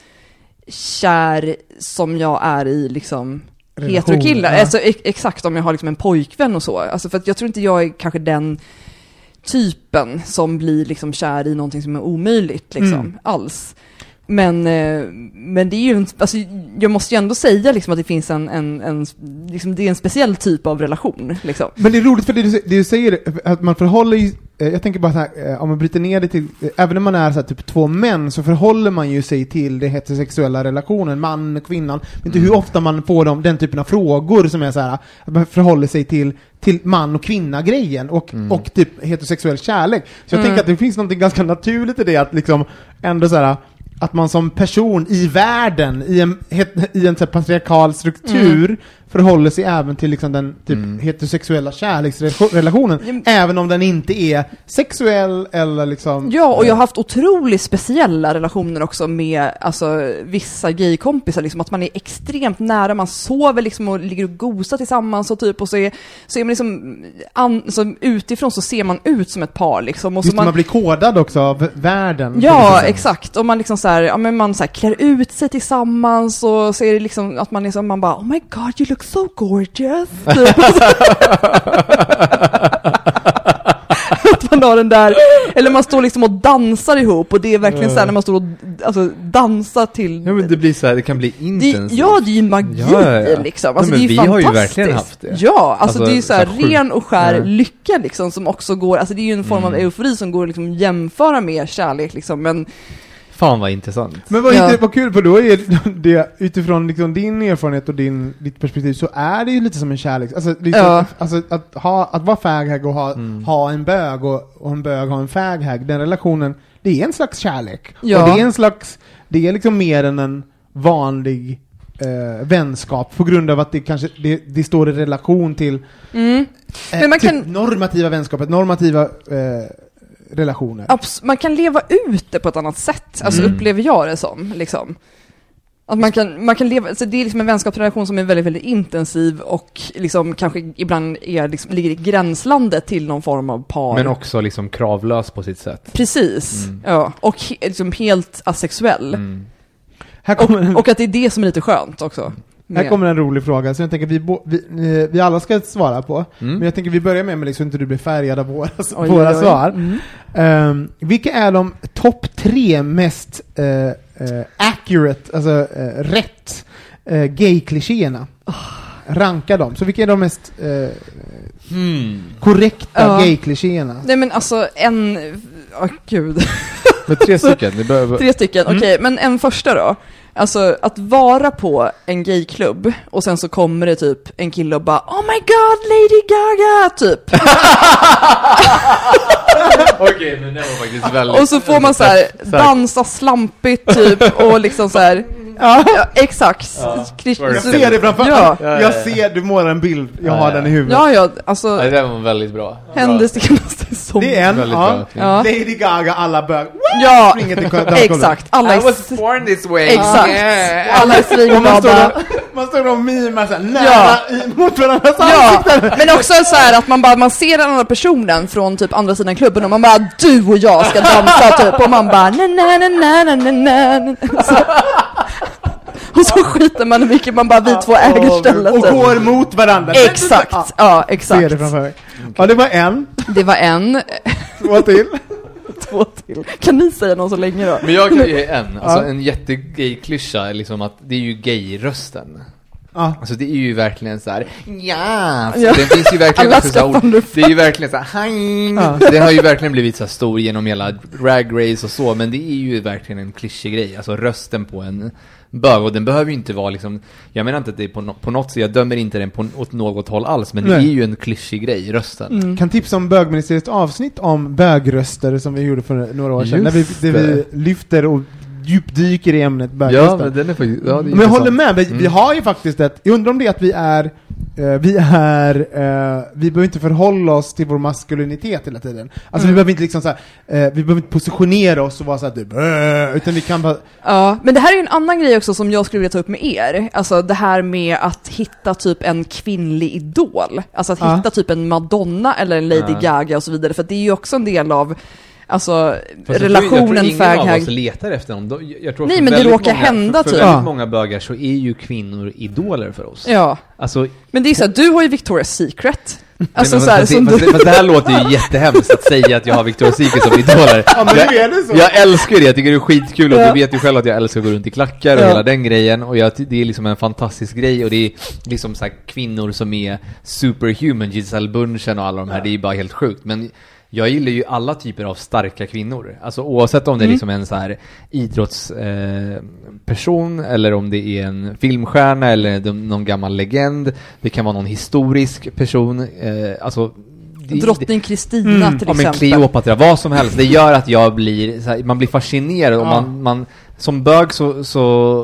Speaker 5: kär som jag är i liksom heterokillar, exakt, om jag har liksom en pojkvän och så, för att jag tror inte jag är kanske den typen som blir liksom kär i någonting som är omöjligt liksom, alls. Men det är ju jag måste ju ändå säga liksom att det finns en liksom, det är en speciell typ av relation liksom.
Speaker 4: Men det är roligt för det du säger, att man förhåller ju, jag tänker bara så här, om man bryter ner det till, även när man är så här, typ 2 män, så förhåller man ju sig till det heterosexuella relationen, man och kvinnan. Men inte hur ofta man får den typen av frågor som är så här, att man förhåller sig till man och kvinna grejen och typ heterosexuell kärlek. Så jag tänker att det finns något ganska naturligt i det, att liksom ändå så här, att man som person i världen, i en så patriarkal struktur, förhåller sig även till liksom den typ heterosexuella kärleksrelationen, även om den inte är sexuell eller liksom...
Speaker 5: Ja, och jag har haft otroligt speciella relationer också med alltså, vissa gaykompisar, liksom, att man är extremt nära, man sover liksom och ligger och gosar tillsammans och typ, och så är man liksom så utifrån så ser man ut som ett par liksom, och
Speaker 4: just
Speaker 5: så
Speaker 4: man blir kodad också av världen.
Speaker 5: Ja, exakt. Och man liksom så här, ja, men man så här klär ut sig tillsammans och så är det liksom att man liksom, man bara, oh my god, you look so gorgeous. Att man har den där, eller man står liksom och dansar ihop, och det är verkligen så här när man står och alltså, dansar till...
Speaker 6: Ja, men det blir så här, det kan bli intensivt.
Speaker 5: Ja, det är ju magi liksom. Alltså,
Speaker 6: nej,
Speaker 5: det är ju
Speaker 6: vi
Speaker 5: fantastiskt.
Speaker 6: har ju verkligen haft det.
Speaker 5: Ja, alltså det är ju så här ren och skär
Speaker 6: Ja.
Speaker 5: lycka liksom, som också går, alltså det är ju en form av eufori som går liksom jämföra med kärlek liksom, men
Speaker 6: fan vad intressant.
Speaker 4: Men vad kul, för då är det utifrån liksom din erfarenhet och ditt perspektiv, så är det ju lite som en kärlek. Alltså, alltså att vara faghag och ha en bög och en bög ha en faghag, den relationen, det är en slags kärlek.
Speaker 5: Ja.
Speaker 4: Och det är liksom mer än en vanlig vänskap, på grund av att det kanske det står i relation till
Speaker 5: men man
Speaker 4: typ
Speaker 5: kan
Speaker 4: normativa vänskapet, normativa relationer.
Speaker 5: Man kan leva ut det på ett annat sätt, alltså upplever jag det som liksom. Att man kan leva, så det är liksom en vänskapsrelation som är väldigt, väldigt intensiv och liksom kanske ibland liksom, ligger i gränslandet till någon form av par.
Speaker 6: Men också liksom kravlös på sitt sätt.
Speaker 5: Precis, ja. Och liksom helt asexuell.
Speaker 4: Här kommer
Speaker 5: och att det är det som är lite skönt också.
Speaker 4: Här kommer en rolig fråga som jag tänker vi alla ska svara på. Men jag tänker vi börjar med liksom inte du blir färgad av våra svar. Vilka är de topp 3 mest accurate, alltså rätt gay-klichéerna? Ranka dem. Så vilka är de mest korrekta gay-klichéerna?
Speaker 5: Nej, men alltså gud.
Speaker 6: Med 3 stycken.
Speaker 5: 3 stycken, okej. Men en första då. Alltså att vara på en gayklubb och sen så kommer det typ en kille och bara oh my god, Lady Gaga typ.
Speaker 6: Okej, men det var faktiskt väldigt...
Speaker 5: Och så får man så här dansa slampigt typ och liksom så här. Ja, exakt.
Speaker 4: Jag ser det framför.
Speaker 5: Ja.
Speaker 4: Jag ser, du målar en bild. Jag har den i huvudet.
Speaker 5: Ja, alltså
Speaker 6: det där var väldigt bra.
Speaker 5: Händelsekannaste som.
Speaker 4: Det är en,
Speaker 6: bra.
Speaker 4: Lady Gaga, alla bög.
Speaker 5: Ja, exakt. Alla
Speaker 6: I was born this way.
Speaker 5: Exakt. Alla är svinglada.
Speaker 4: Man står och mimar så här nära mot varandras ansikten.
Speaker 5: Men också så här att man ser den andra personen från typ andra sidan klubben och man bara, du och jag ska dansa typ, och man bara na. Och så skiter man mycket, man bara, vi två äger stället.
Speaker 4: Och går mot varandra.
Speaker 5: Exakt, ja, exakt.
Speaker 4: Ser det framför mig. Ja, det var en.
Speaker 5: Det var en.
Speaker 4: 2 till.
Speaker 5: 2 till. Kan ni säga någon så länge då?
Speaker 6: Men jag kan ge en. Alltså en jättegay-klyscha är liksom att det är ju gay-rösten. Alltså det är ju verkligen så här. Ja, så det finns ju verkligen också så ord. Det är ju verkligen så här. Det har ju verkligen blivit så stor genom hela Drag Race och så, men det är ju verkligen en klyschig-grej. Alltså rösten på en bög, och den behöver ju inte vara liksom, jag menar inte att det är på något sätt, jag dömer inte den åt något håll alls, men det är ju en klyschig grej, rösten.
Speaker 4: Kan tipsa om bögministeriets avsnitt om bögröster som vi gjorde för några år sedan, där vi lyfter och djupdyker i ämnet bögröster.
Speaker 6: Ja, men den är faktiskt,
Speaker 4: men jag håller med, vi har ju faktiskt jag undrar om det är att vi behöver inte förhålla oss till vår maskulinitet hela tiden. Alltså vi behöver inte liksom så här, vi behöver inte positionera oss och vara så här, utan vi kan bara...
Speaker 5: Ja, men det här är ju en annan grej också som jag skulle vilja ta upp med er. Alltså det här med att hitta typ en kvinnlig idol. Alltså att hitta typ en Madonna eller en Lady Gaga och så vidare, för det är ju också en del av alltså relationen
Speaker 6: ingen av oss letar efter dem. Jag tror
Speaker 5: nej, men det råkar hända
Speaker 6: för
Speaker 5: typ.
Speaker 6: väldigt många bögar så är ju kvinnor idoler för oss.
Speaker 5: Ja.
Speaker 6: Alltså,
Speaker 5: men det är så här, du har ju Victoria's Secret. Alltså
Speaker 6: men,
Speaker 5: så här,
Speaker 6: men det här låter ju jättehemskt att säga att jag har Victoria's Secret som idoler.
Speaker 4: Ja, men är det så?
Speaker 6: Jag älskar det, jag tycker det är skitkul, och du vet ju själv att jag älskar att gå runt i klackar och hela den grejen, och det är liksom en fantastisk grej, och det är liksom så här kvinnor som är superhuman, Giselle Bundchen och alla de här, det är bara helt sjukt, men jag gillar ju alla typer av starka kvinnor. Alltså oavsett om det är liksom en så här idrottsperson eller om det är en filmstjärna eller någon gammal legend. Det kan vara någon historisk person. Alltså
Speaker 5: drottning Kristina till exempel.
Speaker 6: Men Kleopatra, vad som helst. Det gör att jag blir så här, man blir fascinerad och man som bög så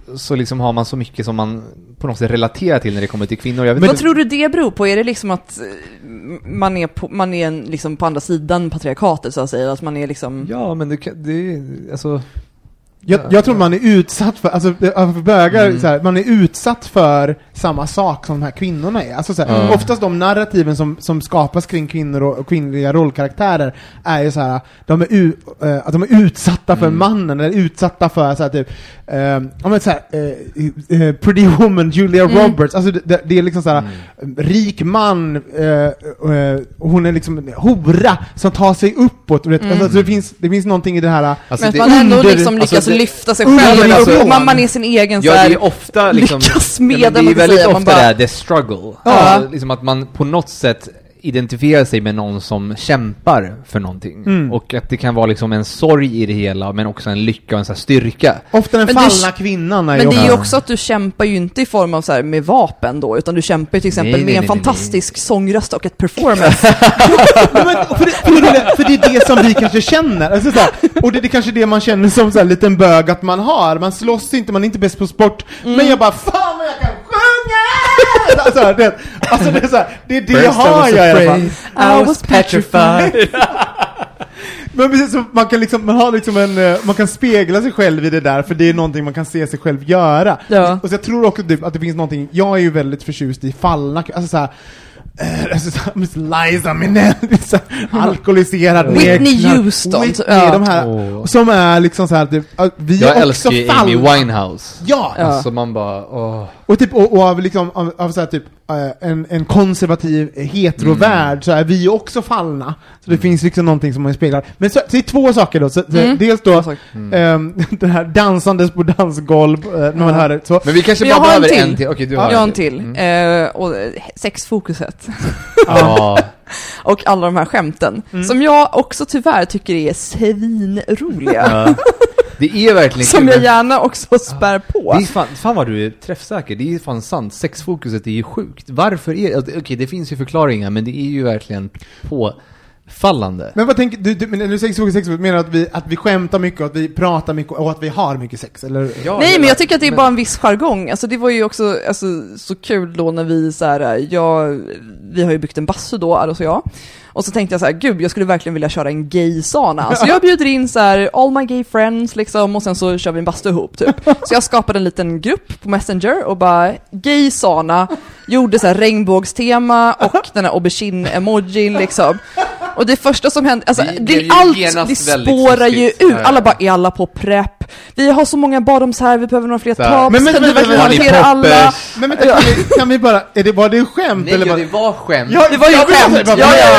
Speaker 6: så liksom har man så mycket som man på något sätt relaterar till när det kommer till kvinnor. Jag vet
Speaker 5: Vad tror du det beror på? Är det liksom att man är liksom på andra sidan patriarkatet så att säga? Att man är liksom...
Speaker 6: Ja, men det alltså...
Speaker 4: Jag tror man är utsatt för, alltså för bögar, så här, man är utsatt för samma sak som de här kvinnorna är. Alltså, så här, oftast de narrativen som skapas kring kvinnor och kvinnliga rollkaraktärer är ju så här, att de är utsatta för mannen, eller utsatta för så här, typ, så här, Pretty Woman, Julia Roberts, alltså det är liksom så här, rik man, och hon är liksom en hora som tar sig uppåt, alltså, det finns någonting i det här,
Speaker 6: alltså,
Speaker 5: men att man ändå liksom lyckas lyfta sig själv, alltså, man är sin egen så här,
Speaker 6: det är ofta liksom,
Speaker 5: lyckas med
Speaker 6: det är väldigt ofta
Speaker 5: bara...
Speaker 6: det the struggle. Liksom att man på något sätt identifierar sig med någon som kämpar för någonting. Och att det kan vara liksom en sorg i det hela, men också en lycka och en så här styrka.
Speaker 4: Ofta den fallna kvinnan.
Speaker 5: Men det är ju också att du kämpar ju inte i form av så här med vapen då, utan du kämpar ju till exempel med en fantastisk sångröst och ett performance.
Speaker 4: För det är det som vi kanske känner. Alltså, så här, och det är kanske det man känner som så här, liten bög att man har. Man slåss inte, man är inte bäst på sport. Men jag bara, fan vad jag kan sjunga! Alltså, det är så här, det är det jag har jag i alla fall.
Speaker 5: I was petrified.
Speaker 4: Men precis, så man kan spegla sig själv i det där, för det är någonting man kan se sig själv göra. Ja. Och så jag tror också att det finns någonting, jag är ju väldigt förtjust i fallna, alltså såhär, Liza Minnelli, alkoholiserad
Speaker 5: Whitney Houston,
Speaker 4: de här som är liksom så här, vi
Speaker 6: jag
Speaker 4: är
Speaker 6: älskar
Speaker 4: också
Speaker 6: Amy Winehouse.
Speaker 4: Ja,
Speaker 6: alltså man bara
Speaker 4: och typ och av liksom av så här, typ en konservativ heterovärld så är vi också fallna. Så det finns liksom någonting som man speglar. Men så är två saker då. Så dels då den här dansandes på dansgolv när man hör det så.
Speaker 6: Men vi kanske bara behöver en till. Okej, du har
Speaker 5: jag har en till. Och sexfokuset.
Speaker 6: Ja.
Speaker 5: Och alla de här skämten som jag också tyvärr tycker är svinroliga.
Speaker 6: Ja. Det är verkligen
Speaker 5: som kul, jag gärna också spär på.
Speaker 6: Det är fan vad du är träffsäker. Det är fan sant. Sexfokuset är ju sjukt. Varför är det? Okej, det finns ju förklaringar, men det är ju verkligen påfallande.
Speaker 4: Men vad tänker du när du säger sex menar att vi skämtar mycket och att vi pratar mycket och att vi har mycket sex eller?
Speaker 5: Ja, nej, men jag tycker att det är bara en viss jargong. Alltså det var ju också så kul då när vi så här, vi har ju byggt en bastu då, Aros och jag. Och så tänkte jag så här, gud, jag skulle verkligen vilja köra en gay-sauna. Så jag bjuder in så här all my gay friends liksom, och sen så kör vi en bastu ihop typ. Så jag skapade en liten grupp på Messenger och bara gay-sauna, gjorde så här regnbågstema och den här aubergine-emojin liksom. Och det första som hände, alltså det spårar ju ut. Alla bara, är alla på prep? Vi har så många bottoms här, vi behöver några fler tops.
Speaker 4: Men
Speaker 5: kan du verkligen hantera alla?
Speaker 4: Men kan vi bara, var det skämt?
Speaker 6: Nej,
Speaker 4: eller
Speaker 6: det var skämt.
Speaker 5: Ja, det var ju skämt.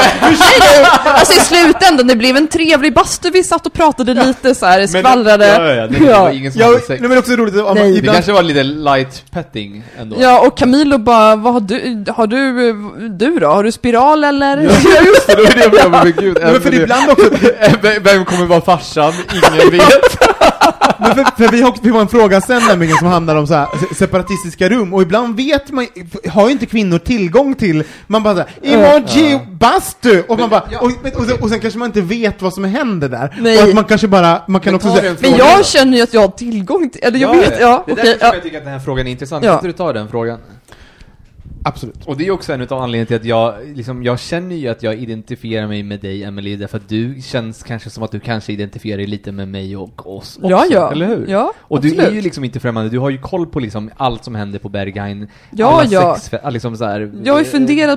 Speaker 5: Alltså i slutändan, det blev en trevlig bastu. Vi satt och pratade lite så här, skvallrade.
Speaker 6: Det var ingen som hade sex.
Speaker 4: Nej, men också roligt att
Speaker 6: det kanske var lite light petting ändå.
Speaker 5: Ja, och Camilo bara, vad har du då? Har du spiral eller?
Speaker 6: Ja, just det, då är det men gud.
Speaker 4: Men för ibland också
Speaker 6: vem kommer vara farsan? Ingen vet.
Speaker 4: Men för vi har en fråga sen nämligen som handlar om så här separatistiska rum, och ibland vet man, har ju inte kvinnor tillgång till, man bara såhär, emoji, bastu, och man bara, och sen kanske man inte vet vad som händer där. Nej. Och att man kanske bara, man kan också säga,
Speaker 5: men jag känner ju att jag har tillgång till, eller jag vet,
Speaker 6: det är därför jag tycker att den här frågan är intressant. Kan inte du ta den frågan?
Speaker 4: Absolut.
Speaker 6: Och det är också en av anledningarna till att jag känner ju att jag identifierar mig med dig, Emily, därför att du känns kanske som att du kanske identifierar dig lite med mig och oss också, eller hur?
Speaker 5: Ja,
Speaker 6: och
Speaker 5: absolut.
Speaker 6: Du är ju liksom inte främmande, du har ju koll på liksom allt som händer på Berghain.
Speaker 5: Ja.
Speaker 6: Liksom så här,
Speaker 5: jag har ju funderat.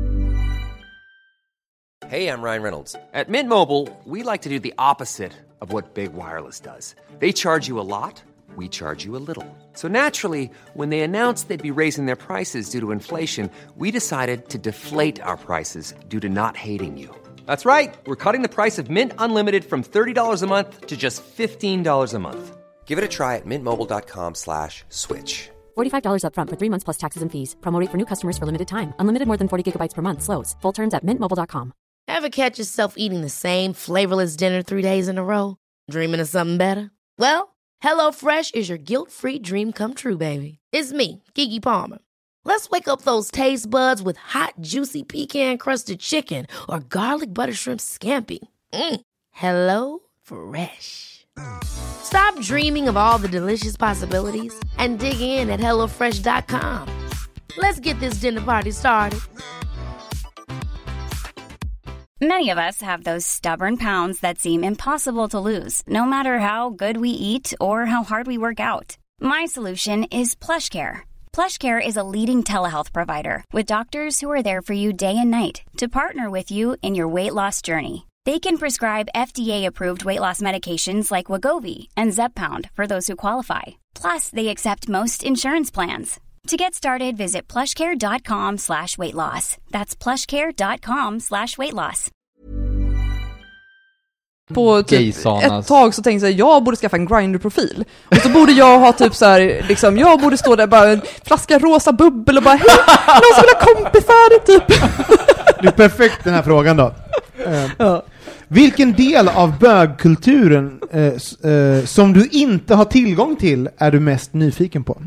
Speaker 7: Hey, I'm Ryan Reynolds. At Mint Mobile, we like to do the opposite of what Big Wireless does. They charge you a lot. We charge you a little. So naturally, when they announced they'd be raising their prices due to inflation, we decided to deflate our prices due to not hating you. That's right. We're cutting the price of Mint Unlimited from $30 a month to just $15 a month. Give it a try at mintmobile.com/switch.
Speaker 8: $45 up front for 3 months plus taxes and fees. Promo rate for new customers for limited time. Unlimited more than 40 gigabytes per month. Slows full terms at mintmobile.com.
Speaker 1: Ever catch yourself eating the same flavorless dinner 3 days in a row? Dreaming of something better? Well, HelloFresh is your guilt-free dream come true, baby. It's me, Keke Palmer. Let's wake up those taste buds with hot, juicy pecan-crusted chicken or garlic butter shrimp scampi. Hello Fresh. Stop Stop dreaming of all the delicious possibilities and dig in at HelloFresh.com. Let's get this dinner party started.
Speaker 9: Many of us have those stubborn pounds that seem impossible to lose, no matter how good we eat or how hard we work out. My solution is PlushCare. PlushCare is a leading telehealth provider with doctors who are there for you day and night to partner with you in your weight loss journey. They can prescribe FDA-approved weight loss medications like Wegovy and Zepbound for those who qualify. Plus, they accept most insurance plans. To get started, visit plushcare.com/weightloss. That's plushcare.com/weightloss.
Speaker 5: På typ ett tag så tänkte jag borde skaffa en Grindr-profil. Och så borde jag ha typ så här, liksom, jag borde stå där bara en flaska rosa bubbel och bara hej, någon som vill ha kompisar typ.
Speaker 4: Det är perfekt den här frågan då. Vilken del av bögkulturen som du inte har tillgång till är du mest nyfiken på?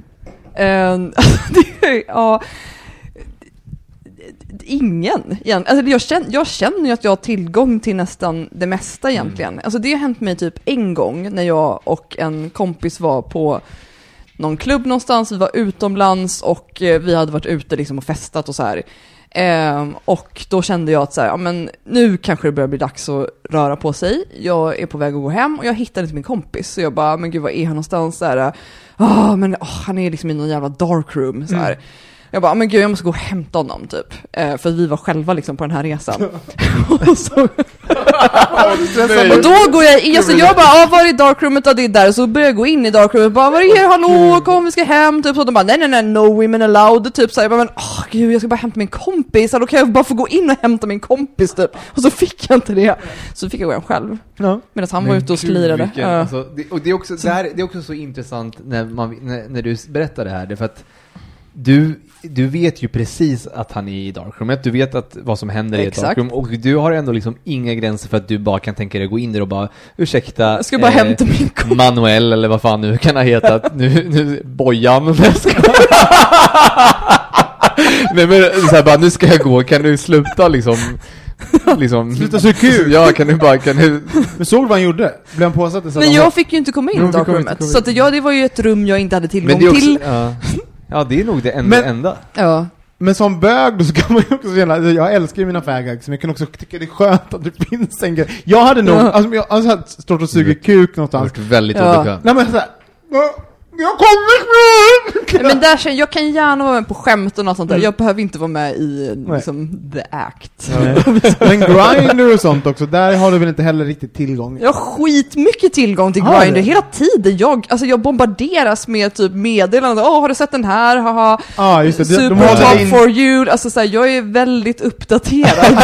Speaker 5: Ingen. Alltså jag känner ju att jag har tillgång till nästan det mesta egentligen. Alltså det har hänt mig typ en gång när jag och en kompis var på någon klubb någonstans. Vi var utomlands och vi hade varit ute liksom och festat och så här. Och då kände jag att så här, ja, men nu kanske det börjar bli dags att röra på sig. Jag är på väg att gå hem och jag hittade inte min kompis. Så jag bara, men gud, vad är han någonstans? Så här, han är liksom i någon jävla dark room så här. Jag bara, men gud, jag måste gå och hämta honom typ. För vi var själva liksom på den här resan. Och då går jag in, alltså jag bara, var är darkroomet? Och det är där. Så börjar jag gå in i darkroomet. Bara, vad är det? Hallå, kom, vi ska hem. Typ så de bara, nej, no women allowed. Typ så jag bara, men gud, jag ska bara hämta min kompis. Då kan jag bara få gå in och hämta min kompis typ. Och så fick jag inte det. Så fick jag gå hem själv. Ja. Medan han var ute och slirade.
Speaker 6: Alltså, och det är också, det är också så intressant när du berättar det här. Det är för att du vet ju precis att han är i darkroomet. Du vet att vad som händer i ett darkroom. Och du har ändå liksom inga gränser för att du bara kan tänka dig gå in där och bara, ursäkta,
Speaker 5: jag ska bara hämta min kompis.
Speaker 6: Manuel eller vad fan nu kan ha hetat. nu Bojan. Nej, men så här bara, nu ska jag gå. Kan du sluta liksom
Speaker 4: sluta så kul.
Speaker 6: Ja, kan du
Speaker 4: Men såg vad han gjorde? Blev han påsatt?
Speaker 5: Men jag fick ju inte komma in i darkroomet. Så att det var ju ett rum jag inte hade tillgång till.
Speaker 6: Ja, det är nog det enda.
Speaker 5: Ja.
Speaker 4: Men som bög då så kan man ju också känna, jag älskar ju mina faghags, men jag kan också tycka det är skönt att det finns en grej. Jag hade nog, alltså jag stått och suger kuk någonstans.
Speaker 6: Det var väldigt obekvämt.
Speaker 4: Nej, men såhär, jag kommer
Speaker 5: men där jag kan gärna vara med på skämt och något sånt där. Jag behöver inte vara med i liksom the act.
Speaker 4: Men Grindr och sånt också, där har du väl inte heller riktigt tillgång?
Speaker 5: Jag har skitmycket tillgång till Grindr hela tiden. Jag bombarderas med typ meddelanden. Har du sett den här? Haha.
Speaker 4: Just det.
Speaker 5: Super top for you. Alltså så här, jag är väldigt uppdaterad.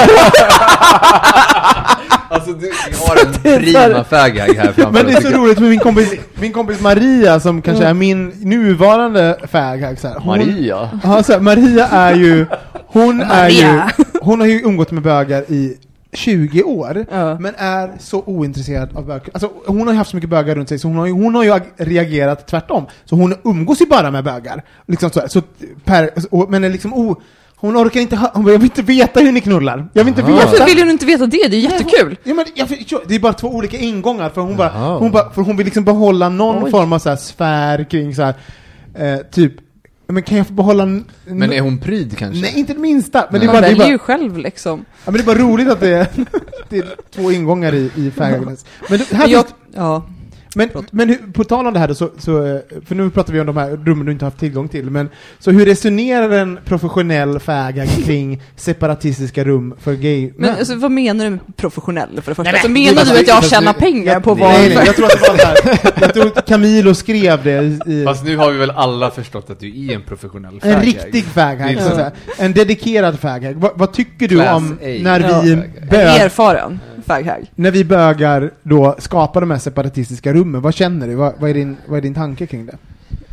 Speaker 6: Alltså du har en prima faghag här framför.
Speaker 4: Men det är så roligt med min kompis Maria som kanske är min nuvarande faghag så här.
Speaker 6: Maria.
Speaker 4: Ja, så här, Maria är ju hon har ju umgått med bögar i 20 år men är så ointresserad av bögar. Alltså hon har ju haft så mycket bögar runt sig så hon har ju reagerat tvärtom. Så hon umgås ju bara med bögar liksom så men är liksom hon orkar inte jag vill inte veta hur ni knullar. Jag vill inte veta.
Speaker 5: Varför vill hon inte veta det? Det är jättekul.
Speaker 4: Ja, men det är bara två olika ingångar för hon vill liksom behålla någon form av så här sfär kring så här typ, men kan jag få behålla
Speaker 6: men är hon pryd kanske?
Speaker 4: Nej, inte det minsta. Men
Speaker 5: man väljer ju själv liksom.
Speaker 4: Ja, men det är bara roligt att det är två ingångar i färgagnes. Men här Men på tal om det här då, så för nu pratar vi om de här rummen du inte har haft tillgång till, men så hur resonerar en professionell fägag kring separatistiska rum för gay?
Speaker 5: Men alltså, vad menar du med professionell för det första? Nej, menar du att jag tjänar pengar på vad?
Speaker 4: Nej, jag tror att det var det här. Jag tror att Camilo skrev det
Speaker 6: Fast nu har vi väl alla förstått att du är en professionell fägag.
Speaker 4: En riktig fägag, så att säga. En dedikerad fägag. Vad tycker du om när vi
Speaker 5: erfaren fägag?
Speaker 4: När vi bögar då skapar de här separatistiska rummen, vad känner du? Vad är din tanke kring det?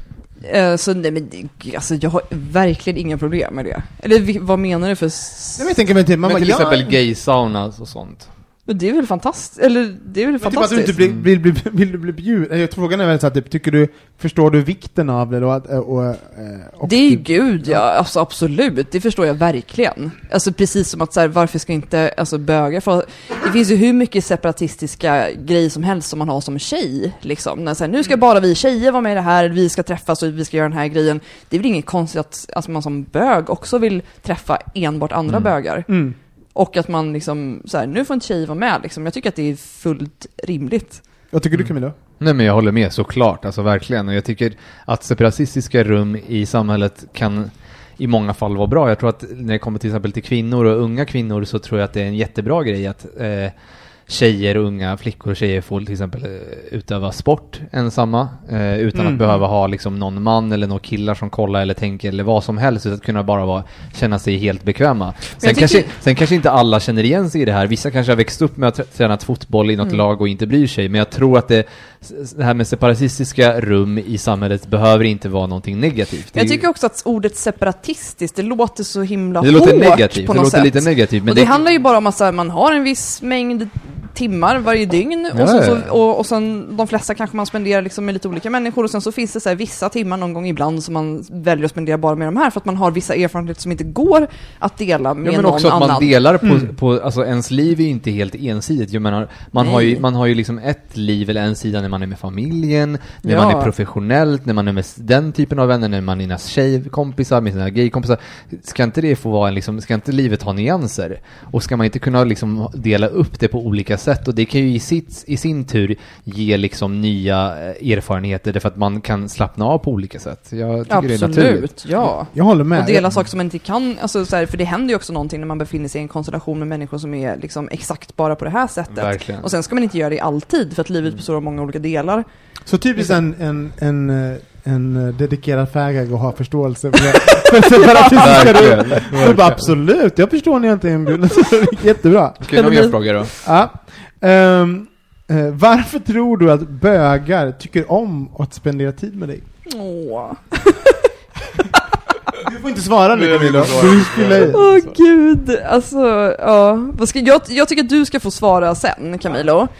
Speaker 5: Jag har verkligen inga problem med det. Eller vad menar du för...
Speaker 6: Men till exempel gay-saunas och sånt.
Speaker 5: Men det är väl fantastiskt, eller det är väl fantastiskt.
Speaker 4: Typ att du inte vill du bli bjuden? Jag tror frågan är väl så att förstår du vikten av det då?
Speaker 5: Det är ju gud, ja, alltså absolut, det förstår jag verkligen. Alltså precis som att så här, varför ska inte bögar, för det finns ju hur mycket separatiska grejer som helst som man har som tjej liksom. När så här, nu ska bara vi tjejer vara med i det här, vi ska träffas och vi ska göra den här grejen. Det är väl inget konstigt att man som bög också vill träffa enbart andra bögar. Och att man liksom så här, nu får en tjej vara med liksom. Jag tycker att det är fullt rimligt.
Speaker 4: Vad tycker du, Camilla?
Speaker 6: Nej, men jag håller med såklart, alltså verkligen. Och jag tycker att separatistiska rum i samhället kan i många fall vara bra. Jag tror att när det kommer till exempel till kvinnor och unga kvinnor, så tror jag att det är en jättebra grej att tjejer och unga flickor och tjejer får till exempel utöva sport ensamma utan att behöva ha liksom någon man eller någon killar som kollar eller tänker eller vad som helst, utan att kunna bara känna sig helt bekväma. Sen kanske inte alla känner igen sig i det här. Vissa kanske har växt upp med att träna fotboll i något lag och inte bryr sig, men jag tror att det här med separatistiska rum i samhället behöver inte vara någonting negativt.
Speaker 5: Jag tycker också att ordet separatistiskt, det låter så himla
Speaker 6: det låter
Speaker 5: hårt
Speaker 6: negativt,
Speaker 5: på
Speaker 6: det
Speaker 5: något
Speaker 6: låter
Speaker 5: sätt.
Speaker 6: Lite negativt, men
Speaker 5: och det handlar ju bara om att man har en viss mängd timmar varje dygn och sen de flesta kanske man spenderar liksom med lite olika människor, och sen så finns det så här vissa timmar någon gång ibland som man väljer att spendera bara med de här för att man har vissa erfarenheter som inte går att dela med
Speaker 6: men
Speaker 5: någon
Speaker 6: också att
Speaker 5: annan.
Speaker 6: man delar på alltså ens liv är ju inte helt ensidigt. Jag menar, man har ju liksom ett liv eller en sida när man är med familjen, när man är professionellt, när man är med den typen av vänner, när man är med sina tjejkompisar, med sina gaykompisar. Ska inte det få vara ska inte livet ha nyanser? Och ska man inte kunna liksom dela upp det på olika sätt? Och det kan ju i sin tur ge liksom nya erfarenheter, därför att man kan slappna av på olika sätt. Jag tycker
Speaker 5: absolut,
Speaker 6: det är naturligt.
Speaker 5: Ja.
Speaker 4: Jag håller med.
Speaker 5: Och dela saker som man inte kan, alltså så här, för det händer ju också någonting när man befinner sig i en konstellation med människor som är liksom exakt bara på det här sättet. Verkligen. Och sen ska man inte göra det alltid, för att livet består av många olika delar.
Speaker 4: Så typiskt en dedikerad fägag och ha förståelse för separatistiska rum. Absolut, jag förstår ni inte en jättebra.
Speaker 6: Ska jag mer fråga då?
Speaker 4: Ja. Varför tror du att bögar tycker om att spendera tid med dig? Du får inte svara nu, Camilla.
Speaker 5: Gud, alltså ja. Jag tycker att du ska få svara sen, Camilo.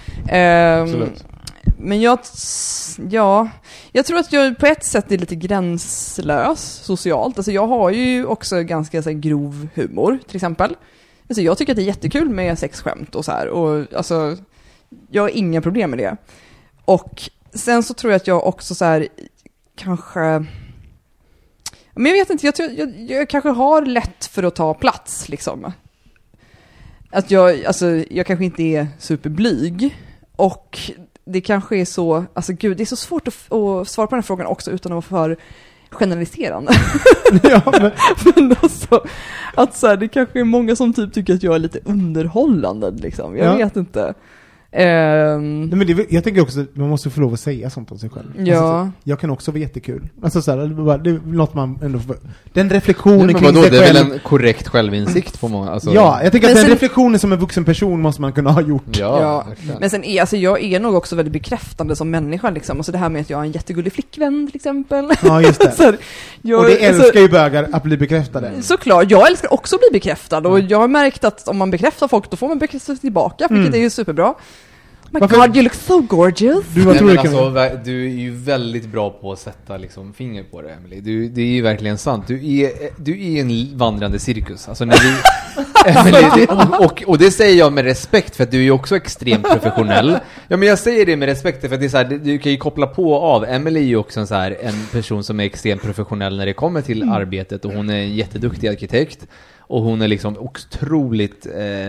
Speaker 5: Men jag tror att jag på ett sätt är lite gränslös socialt. Alltså jag har ju också ganska så här, grov humor till exempel. Alltså jag tycker att det är jättekul med sexskämt och så här, och alltså jag har inga problem med det. Och sen så tror jag att jag också så här kanske, men jag vet inte, jag kanske har lätt för att ta plats liksom. Att jag kanske inte är superblyg, och det kanske är så, alltså gud, det är så svårt att svara på den här frågan också utan att vara för generaliserande. Men alltså, att så här, det kanske är många som typ tycker att jag är lite underhållande liksom. Jag vet inte.
Speaker 4: Nej, men jag tänker också att man måste få lov att säga sånt om sig själv.
Speaker 5: Ja.
Speaker 4: Alltså, jag kan också vara jättekul. Alltså så här, det är något man ändå får, den reflektionen kring sig
Speaker 6: själv.
Speaker 4: Det
Speaker 6: är väl en korrekt självinsikt på många. Alltså.
Speaker 4: Ja, jag tänker att den reflektionen som en vuxen person måste man kunna ha gjort.
Speaker 5: Ja. Men sen jag är nog också väldigt bekräftande som människa liksom. Alltså det här med att jag har en jättegullig flickvän till exempel.
Speaker 4: Ja, just det.
Speaker 5: Här,
Speaker 4: och det älskar ju bögar att bli bekräftade.
Speaker 5: Såklart, jag älskar också att bli bekräftad. Och jag har märkt att om man bekräftar folk, då får man bekräftelse tillbaka, vilket är ju superbra. My God, you look so gorgeous.
Speaker 6: Du är ju väldigt bra på att sätta liksom finger på det, Emily. Det är ju verkligen sant. Du är en vandrande cirkus. Alltså när Emily, och det säger jag med respekt, för att du är ju också extremt professionell. Ja, men jag säger det med respekt för att det är så här, du kan ju koppla på av. Emily är ju också en person som är extremt professionell när det kommer till arbetet, och hon är en jätteduktig arkitekt, och hon är liksom otroligt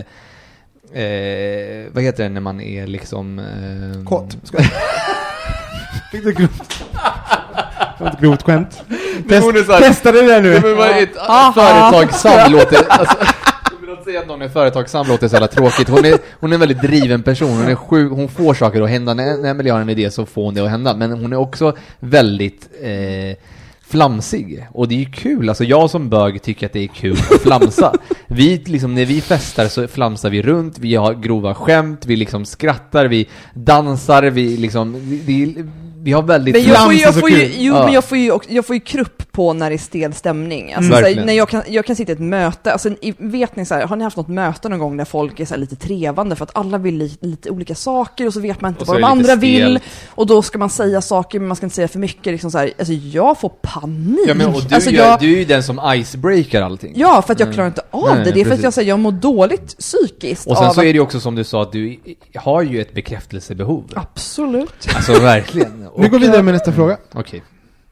Speaker 6: vad heter det när man är liksom
Speaker 4: kåt. Fick du grovt skämt? Testa det där nu.
Speaker 6: Företagsam låter, alltså, att säga att någon är företagsam låter så jävla tråkigt. Hon är en väldigt driven person. Hon är sjuk, hon får saker att hända. När Emelie har en idé så får hon det att hända. Men hon är också väldigt flamsig. Och det är ju kul. Alltså jag som bög tycker att det är kul att flamsa. Vi liksom, när vi festar så flamsar vi runt. Vi har grova skämt. Vi liksom skrattar. Vi dansar. Vi liksom... Vi har väldigt...
Speaker 5: Men jag får ju krupp på när det är stel stämning. Alltså, såhär, när jag kan sitta i ett möte. Alltså, vet ni, såhär, har ni haft något möte någon gång där folk är såhär, lite trevande för att alla vill lite olika saker och så vet man inte vad de andra vill. Och då ska man säga saker men man ska inte säga för mycket. Liksom, såhär. Alltså, jag får panik.
Speaker 6: Ja, men, och du, du är ju den som icebreaker allting.
Speaker 5: Ja, för att jag klarar inte av det. Det är för att jag mår dåligt psykiskt.
Speaker 6: Och sen så är det ju också som du sa att du har ju ett bekräftelsebehov.
Speaker 5: Absolut.
Speaker 6: Alltså verkligen.
Speaker 4: Nu går vi vidare med nästa fråga.
Speaker 6: Okej.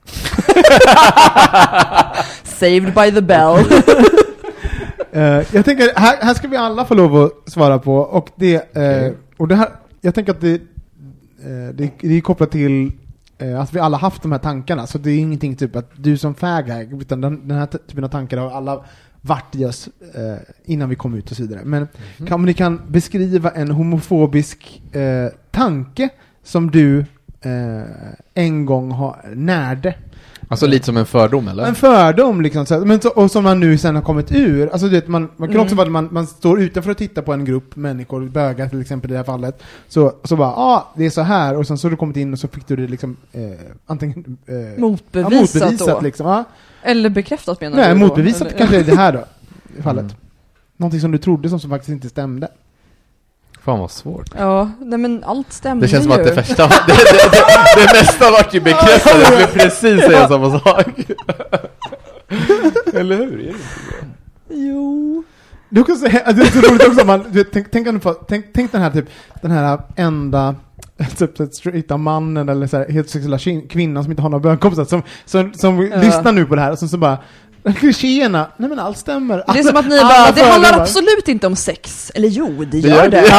Speaker 5: Saved by the bell.
Speaker 4: Jag tänker, här ska vi alla få lov att svara på. Och och det här, jag tänker att det är kopplat till att vi alla haft de här tankarna. Så det är ingenting typ att du som fag här, utan den här typen av tankar har alla varit i oss innan vi kom ut och så vidare. Men om ni kan beskriva en homofobisk tanke som du en gång närde.
Speaker 6: Alltså lite som en fördom, eller?
Speaker 4: En fördom liksom, och som man nu sen har kommit ur. Alltså det, man kan också vara att man står utanför och tittar på en grupp människor, bögar till exempel i det här fallet. Så bara, det är så här. Och sen så har du kommit in och så fick du det liksom antingen motbevisat liksom.
Speaker 5: Eller bekräftat menar du?
Speaker 4: Nej, motbevisat eller? Kanske är det här då i fallet. Någonting som du trodde som faktiskt inte stämde.
Speaker 6: Fan vad svårt.
Speaker 5: Ja, nej, men allt stämmer.
Speaker 6: Det känns som att det första det mesta vart ju bekräftat. Jag skulle precis säga samma sak. Eller hur? Är det inte bra?
Speaker 5: Jo.
Speaker 4: Du kan säga att det är så roligt också tänk den här typ den här enda typ straighta mannen eller så här heterosexuella kvinnan som inte har några bögkompisar som lyssnar nu på det här och så bara klichéerna, nej men allt stämmer.
Speaker 5: Det är som att ni bara, det handlar absolut inte om sex. Eller jo, det gör det.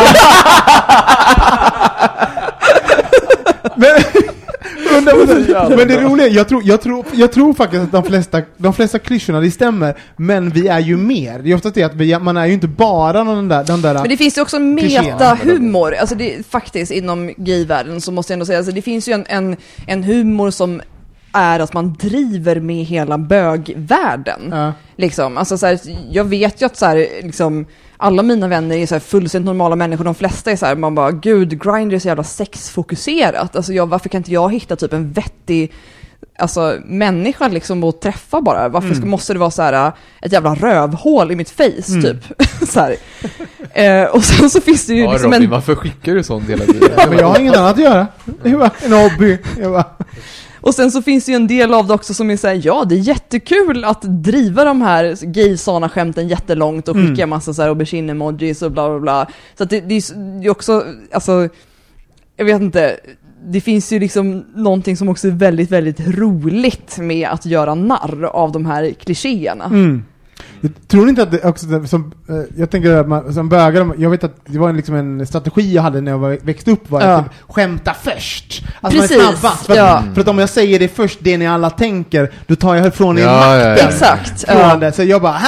Speaker 5: Men det är roligt, jag tror faktiskt att de flesta klyschorna, det stämmer, men vi är ju mer. Det är ofta det att man är ju inte bara den där. Men det finns ju också meta-humor. Alltså det faktiskt inom gayvärlden så måste jag ändå säga, alltså det finns ju en humor som är att man driver med hela bögvärlden. Liksom. Alltså, så här, jag vet ju att så här, liksom, alla mina vänner är så här fullständigt normala människor. De flesta är så här, man bara, gud, Grindr är så jävla sexfokuserat. Alltså, varför kan inte jag hitta typ en vettig människa liksom att träffa bara? Varför måste det vara så här ett jävla rövhål i mitt face typ? Så här. Och sen så finns det ju liksom
Speaker 6: Robin, varför skickar du sånt hela tiden?
Speaker 4: Men jag har inget annat att göra. Det var en hobby.
Speaker 5: Och sen så finns det ju en del av det också som är såhär, ja, det är jättekul att driva de här gaysana skämten jättelångt och skicka en massa så här aubergine-emojis och bla bla bla. Så att det är också, alltså, jag vet inte, det finns ju liksom någonting som också är väldigt, väldigt roligt med att göra narr av de här klichéerna.
Speaker 4: Jag tror inte att det också jag tänker att man som bögar, jag vet att det var liksom en strategi jag hade när jag växte upp var att skämta först. Alltså
Speaker 5: precis.
Speaker 4: Man är snabbast för att om jag säger det först, det ni alla tänker, då tar jag ifrån er makten.
Speaker 5: Exakt.
Speaker 4: Så jag bara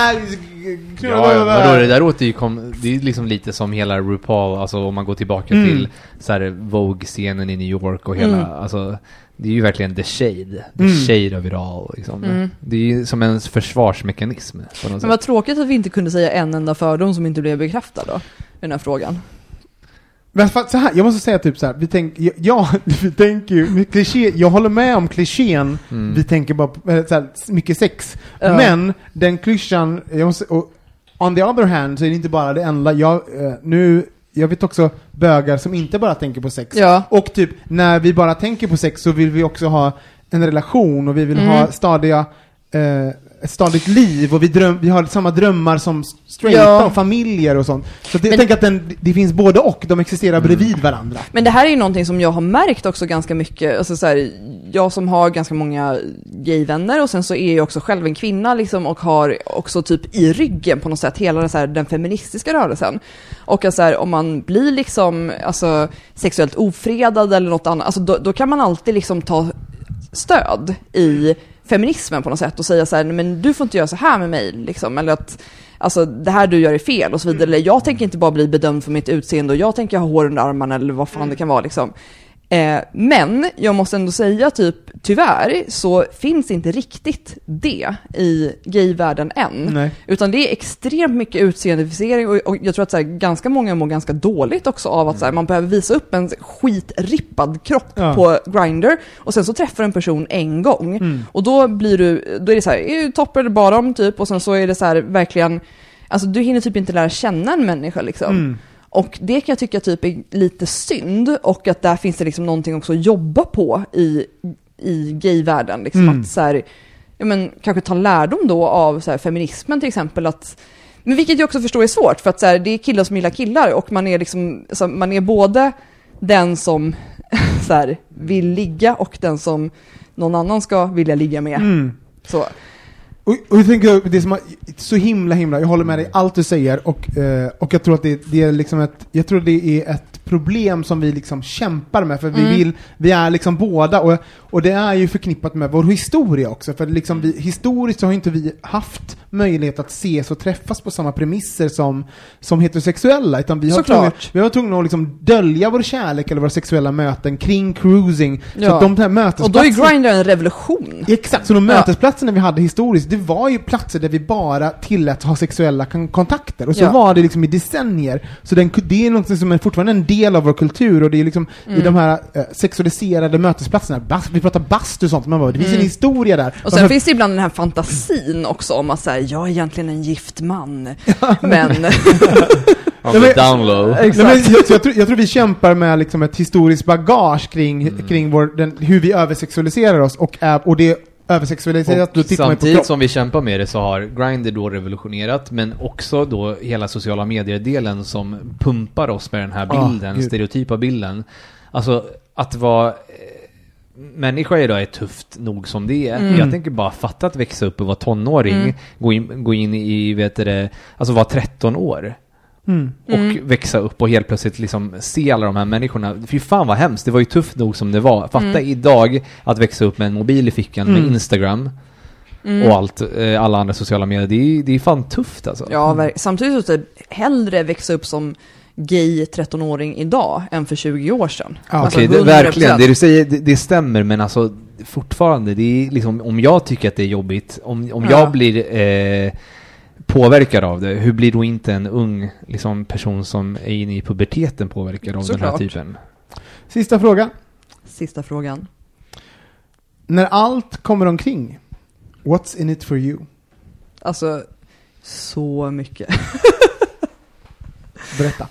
Speaker 6: men då det där det är liksom lite som hela RuPaul, alltså om man går tillbaka till så här Vogue-scenen i New York och hela, alltså det är ju verkligen the shade of it all liksom. Det är ju som en försvarsmekanism på något sätt.
Speaker 5: Men vad tråkigt att vi inte kunde säga en enda fördom som inte blev bekräftad då, i den här frågan.
Speaker 4: Men så här, jag måste säga typ så här, vi tänker ju med kliché, jag håller med om klichén, vi tänker bara så här, mycket sex. Men den klyschan, on the other hand så är det inte bara det enda. Jag vet också bögar som inte bara tänker på sex. Och typ när vi bara tänker på sex så vill vi också ha en relation och vi vill ha ett stadigt liv och vi har samma drömmar som straighta och familjer och sånt. Så jag tänker att det finns både och, de existerar bredvid varandra.
Speaker 5: Men det här är ju någonting som jag har märkt också ganska mycket. Alltså så här, jag som har ganska många gayvänner och sen så är jag också själv en kvinna liksom, och har också typ i ryggen på något sätt hela så här, den feministiska rörelsen. Och så här, om man blir liksom alltså, sexuellt ofredad eller något annat, alltså, då kan man alltid liksom ta stöd i feminismen på något sätt och säga så här, men du får inte göra så här med mig liksom, eller att alltså det här du gör är fel och så vidare, eller jag tänker inte bara bli bedömd för mitt utseende och jag tänker ha hår under armarna eller vad fan det kan vara liksom. Men jag måste ändå säga typ tyvärr så finns inte riktigt det i gayvärlden än.
Speaker 4: Nej.
Speaker 5: Utan det är extremt mycket utseendeficering och jag tror att så här, ganska många mår ganska dåligt också av att så här, man behöver visa upp en skitrippad kropp på Grindr och sen så träffar en person en gång. Och då är det så här, är du topp eller bottom typ, och sen så är det så här verkligen, alltså du hinner typ inte lära känna en människa liksom. Och det kan jag tycka typ är lite synd, och att där finns det liksom någonting också att jobba på i gayvärlden liksom, att så här, ja, men kanske ta lärdom då av så här, feminismen till exempel, men vilket jag också förstår är svårt, för att så här, det är killar som gillar killar och man är liksom, så man är både den som så här, vill ligga och den som någon annan ska vilja ligga med. Så.
Speaker 4: Och jag tänker, det som är så himla, jag håller med dig allt du säger, och jag tror att det är liksom jag tror det är ett problem som vi liksom kämpar med, för vi är liksom båda, och det är ju förknippat med vår historia också, för liksom historiskt så har inte vi haft möjlighet att ses och träffas på samma premisser som heterosexuella, utan vi har tvungna att liksom dölja vår kärlek eller våra sexuella möten kring cruising, så att de här mötesplatserna,
Speaker 5: och då är Grindr en revolution.
Speaker 4: Exakt, så de mötesplatserna vi hade historiskt, det var ju platser där vi bara tillät ha sexuella kontakter, och så var det liksom i decennier, så det är något som är fortfarande en del av vår kultur, och det är liksom i de här sexualiserade mötesplatserna, vi pratar bastu och sånt, det finns en historia där.
Speaker 5: Och sen finns det ibland den här fantasin också om att säga, jag är egentligen en gift man, men
Speaker 6: download.
Speaker 4: Jag tror vi kämpar med liksom ett historiskt bagage kring hur vi översexualiserar oss, och det översexualiserat.
Speaker 6: Och samtidigt som vi kämpar med det så har Grindr då revolutionerat, men också då hela sociala medier-delen som pumpar oss med den här bilden, stereotypa bilden. Alltså att vara människa idag är tufft nog som det är. Jag tänker bara fatta att växa upp och vara tonåring, gå in i alltså vara 13 år. Och växa upp och helt plötsligt liksom se alla de här människorna. Fy fan vad hemskt, det var ju tufft nog som det var. Fatta idag att växa upp med en mobil i fickan med Instagram och alla andra sociala medier. Det är fan tufft alltså.
Speaker 5: Ja, samtidigt så hellre växa upp som gay 13-åring idag än för 20 år sedan.
Speaker 6: Okej, verkligen. Det du säger, det stämmer, men alltså fortfarande, det är liksom, om jag tycker att det är jobbigt, om jag blir påverkad av det, hur blir då inte en ung liksom, person som är inne i puberteten påverkad av den här typen?
Speaker 4: Sista frågan. När allt kommer omkring, what's in it for you?
Speaker 5: Alltså, så mycket.
Speaker 4: Berätta.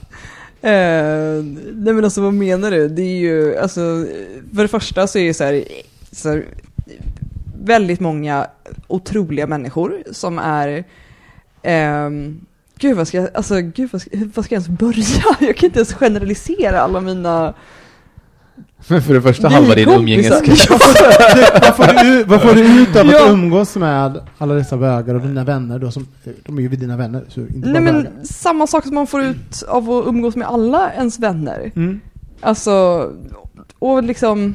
Speaker 5: Nej men alltså, vad menar du? Det är ju, alltså, för det första så är det så här väldigt många otroliga människor som är vad ska jag ens börja? Jag kan inte ens generalisera alla mina.
Speaker 6: Men för det första halva din umgängeskrets.
Speaker 4: Vad får du ut av att umgås med alla dessa bögar och dina vänner då, som de är ju dina vänner, så inte bara
Speaker 5: men samma sak som man får ut av att umgås med alla ens vänner. Alltså, och liksom,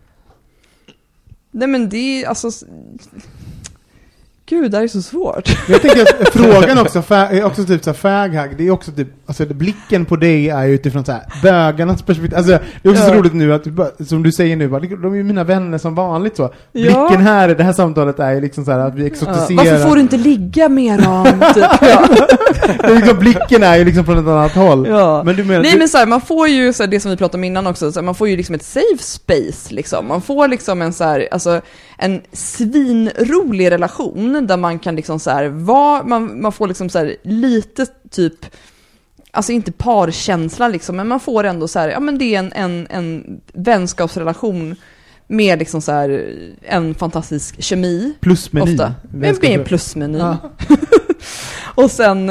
Speaker 5: nej men det är alltså, gud, det är så svårt.
Speaker 4: Jag tänker att frågan är också typ så här faghag. Det är också typ, alltså blicken på dig är ju utifrån så här bögarnas perspektiv. Alltså det är också så roligt nu att, som du säger nu, de är ju mina vänner som vanligt så. Blicken här i det här samtalet är ju liksom så här att vi exotiserar.
Speaker 5: Varför får du inte ligga med dem? Typ,
Speaker 4: det är liksom, blicken är ju liksom från ett annat håll. Men du menar,
Speaker 5: men så här, man får ju så här, det som vi pratade om innan också, så här, man får ju liksom ett safe space liksom. Man får liksom en så här, alltså en svinrolig relation där man kan liksom så här man får liksom så här lite typ, alltså inte parkänsla liksom, men man får ändå så här, ja men det är en vänskapsrelation med liksom så här en fantastisk kemi,
Speaker 4: plusmeny
Speaker 5: ofta med en plusmeny. Och sen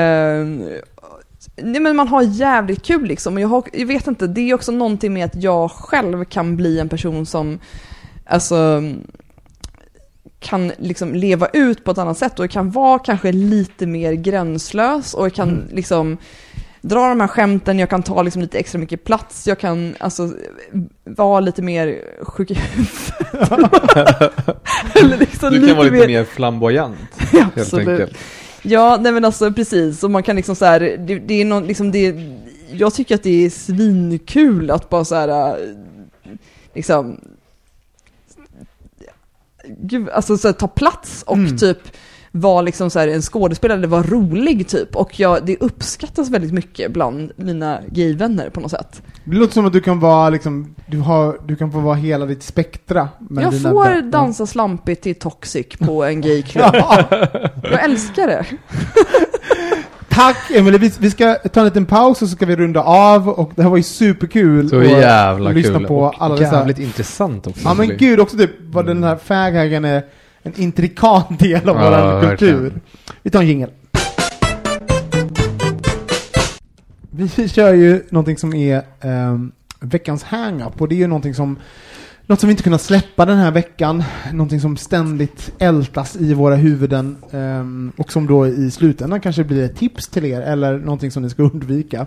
Speaker 5: nej men man har jävligt kul liksom, och jag vet inte, det är också någonting med att jag själv kan bli en person som alltså kan liksom leva ut på ett annat sätt, och jag kan vara kanske lite mer gränslös, och jag kan liksom dra de här skämten, jag kan ta liksom lite extra mycket plats, jag kan alltså vara lite mer sjuk i
Speaker 6: eller liksom du kan vara lite mer flamboyant, helt enkelt.
Speaker 5: Ja, nej men alltså precis, och man kan liksom så här, det är någon liksom jag tycker att det är svinkul att bara så här liksom gud, alltså så här, ta plats och typ var liksom så här en skådespelare, det var rolig typ, och det uppskattas väldigt mycket bland mina gayvänner på något sätt.
Speaker 4: Det låter som att du kan vara liksom, du kan få vara hela ditt spektra.
Speaker 5: Jag får dansa slampigt till Toxic på en gayklubb. Jag älskar det.
Speaker 4: Tack Emelie, vi ska ta en liten paus och så ska vi runda av, och det här var ju superkul.
Speaker 6: Så jävla
Speaker 4: lyssna
Speaker 6: kul
Speaker 4: på
Speaker 6: och
Speaker 4: alla
Speaker 6: jävligt intressant också.
Speaker 4: Ja men gud, också typ vad den här faghagen är en intrikat del av vår kultur.
Speaker 6: Verkligen.
Speaker 4: Vi tar en jingle. Vi kör ju någonting som är veckans hang-up, och det är ju något som vi inte kunnat släppa den här veckan. Någonting som ständigt ältas i våra huvuden, och som då i slutändan kanske blir ett tips till er, eller någonting som ni ska undvika.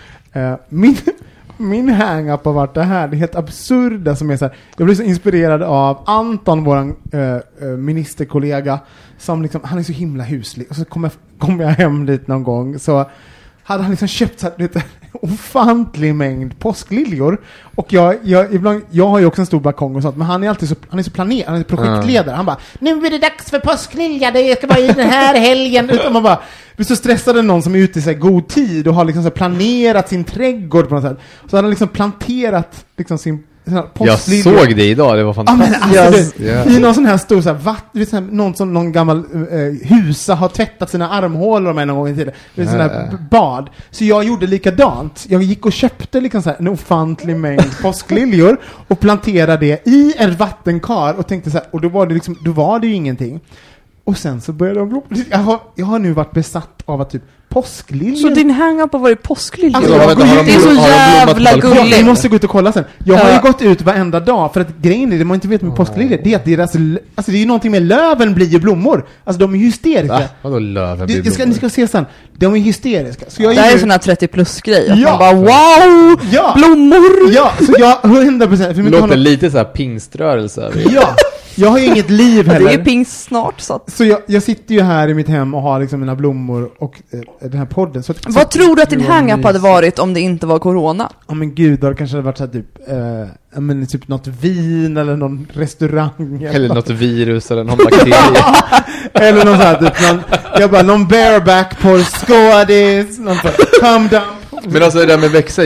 Speaker 4: Min hang-up har varit det här. Det är helt absurda som är så här. Jag blev så inspirerad av Anton, våran ministerkollega, som liksom, han är så himla huslig. Och så kom jag hem dit någon gång, så hade han liksom köpt så här, lite ofantlig mängd påskliljor. Och jag har ju också en stor balkong och sånt, men han är alltid han är så planerad, han är projektledare. Han bara, nu är det dags för påsklilja, det ska vara i den här helgen. Utan man bara, blir så stressad någon som är ute i så här god tid och har liksom så här planerat sin trädgård på något sätt. Så hade han liksom planterat liksom sin
Speaker 6: jag såg det idag, det var fantastiskt.
Speaker 4: Ja, men alltså, i någon sån här stor så här, någon gammal husa har tvättat sina armhålor med någon gång i tiden. Det är sån här bad. Så jag gjorde likadant. Jag gick och köpte liksom så här en ofantlig mängd påskliljor och planterade det i en vattenkar och tänkte så här, och då var det ju ingenting. Och sen så började de blomma. Jag har nu varit besatt av att typ påskliljor.
Speaker 5: Så din hang-up har varit påskliljor?
Speaker 4: Alltså,
Speaker 5: det är så jävla gulligt.
Speaker 4: Vi måste gå ut och kolla sen. Jag har ju gått ut varenda dag, för att grejen är det man inte vet med påskliljor, det är att deras, alltså det är ju någonting med löven blir ju blommor. Alltså de är hysteriska.
Speaker 6: Vadå löven blir blommor?
Speaker 4: Ni ska se sen. De är hysteriska. Så
Speaker 5: det här är en sån här 30-plus-grej. Att man bara,
Speaker 4: wow!
Speaker 5: Blommor!
Speaker 4: Ja, så jag 100%.
Speaker 6: Det låter lite så här pingströrelse.
Speaker 4: Ja. Jag har ju inget liv heller.
Speaker 5: Det är pingst snart. Så
Speaker 4: jag sitter ju här i mitt hem och har liksom mina blommor och den här podden.
Speaker 5: Vad tror du att din hang-up hade varit om det inte var corona?
Speaker 4: Ja men gud, då kanske det varit så här typ något vin eller någon restaurang.
Speaker 6: Eller något virus eller någon bakterie.
Speaker 4: Eller någon så här typ någon bareback på skådis, någon calm down.
Speaker 6: Men alltså det där med växter,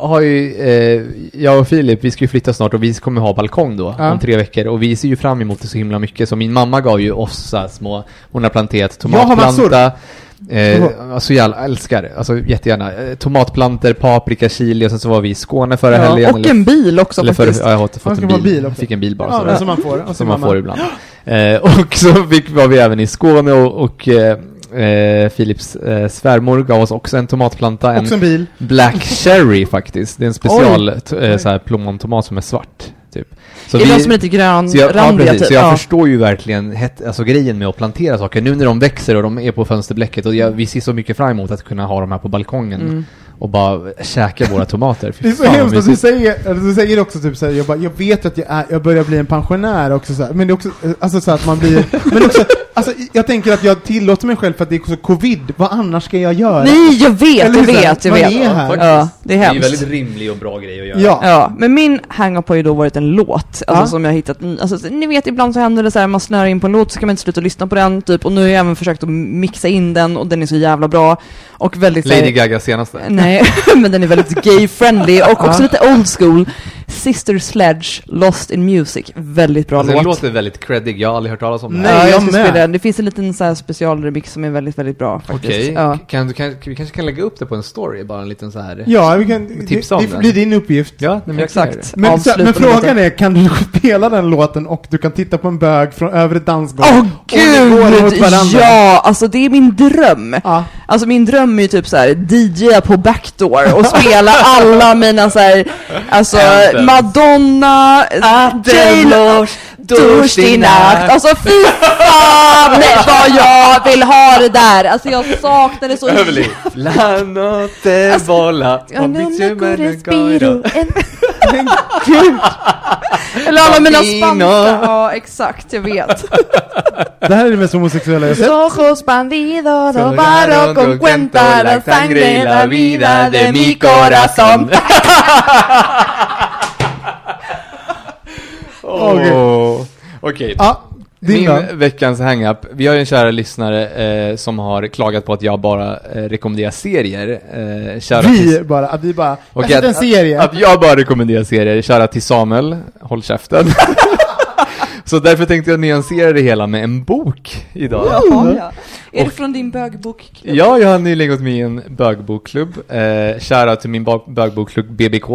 Speaker 6: jag och Filip, vi ska ju flytta snart och vi kommer ha balkong då om 3 veckor, och vi ser ju fram emot det så himla mycket. Så min mamma gav ju oss så små, hon har planterat tomatplanta. Alltså jag älskar det, alltså jättegärna tomatplanter, paprika, chili, och sen så var vi i Skåne förra helgen.
Speaker 5: Och en bil också faktiskt.
Speaker 6: Jag har fått en bil. Jag fick en bil bara.
Speaker 4: Ja, som man får
Speaker 6: ibland. Och så var vi även i Skåne och Philips svärmor gav oss också en tomatplanta,
Speaker 4: också en bil.
Speaker 6: Black Cherry faktiskt. Det är en special så här plommontomat som är svart typ. Så
Speaker 5: det är som lite grönrandiga typ.
Speaker 6: Så jag förstår ju verkligen alltså grejen med att plantera saker nu när de växer och de är på fönsterblecket, och vi ser så mycket fram emot att kunna ha dem här på balkongen och bara käka våra tomater.
Speaker 4: Det är så hemskt att du säger också typ så här, jag vet att jag börjar bli en pensionär också så här, men det är också alltså så att man blir, men också alltså jag tänker att jag tillåter mig själv för att det är så covid. Vad annars ska jag göra?
Speaker 5: Nej, jag vet.
Speaker 4: Man är
Speaker 5: här. Ja, det är hemskt.
Speaker 6: Det är väldigt rimlig och bra grej att göra.
Speaker 5: Ja, men min hang-up har ju då varit en låt, alltså som jag har hittat. Alltså ni vet, ibland så händer det så här, man snör in på en låt så kan man inte sluta lyssna på den typ, och nu har jag även försökt att mixa in den, och den är så jävla bra och väldigt
Speaker 6: Lady Gaga senaste.
Speaker 5: Nej, men den är väldigt gay-friendly och också lite old school. Sister Sledge, Lost in Music, väldigt bra låt.
Speaker 6: Den låter väldigt creddig, jag har aldrig hört talas om den.
Speaker 5: Nej, jag ska spela den. Det finns en liten så här specialremix som är väldigt, väldigt bra faktiskt.
Speaker 6: Okej, vi kanske kan lägga upp det på en story, bara en liten så här.
Speaker 4: Ja, vi kan tipsa om det blir din uppgift.
Speaker 6: Ja,
Speaker 5: exakt.
Speaker 4: Men frågan är, kan du spela den låten och du kan titta på en bög från övre dansgolv?
Speaker 5: Gud, ja, alltså det är min dröm. Alltså min dröm är ju typ så här DJ på Backdoor och spela alla mina så här, alltså Madonna, J-Lo, Durstinakt. Alltså fy fan vad jag vill ha det där. Alltså jag saknar det så.
Speaker 6: La notte vola.
Speaker 5: Gud. Eller alla mina spanska. Ja, exakt, jag vet.
Speaker 4: Det här är det mest homosexuella jag sett.
Speaker 5: Ojos bandidos, robaro con cuenta la sangre, la vida de mi corazón.
Speaker 6: Okej.
Speaker 4: Ja,
Speaker 6: Min veckans hang-up. Vi har ju en kära lyssnare som har klagat på att jag bara rekommenderar serier.
Speaker 4: Att vi bara
Speaker 6: och
Speaker 4: en serie.
Speaker 6: Att jag bara rekommenderar serier. Kära till Samuel, håll käften. Så därför tänkte jag nyansera det hela med en bok idag.
Speaker 5: Jaha, ja. Är det från din bögbokklubb?
Speaker 6: Ja, jag har nyligen gått med i en bögbokklubb. Kära till min bögbokklubb BBK.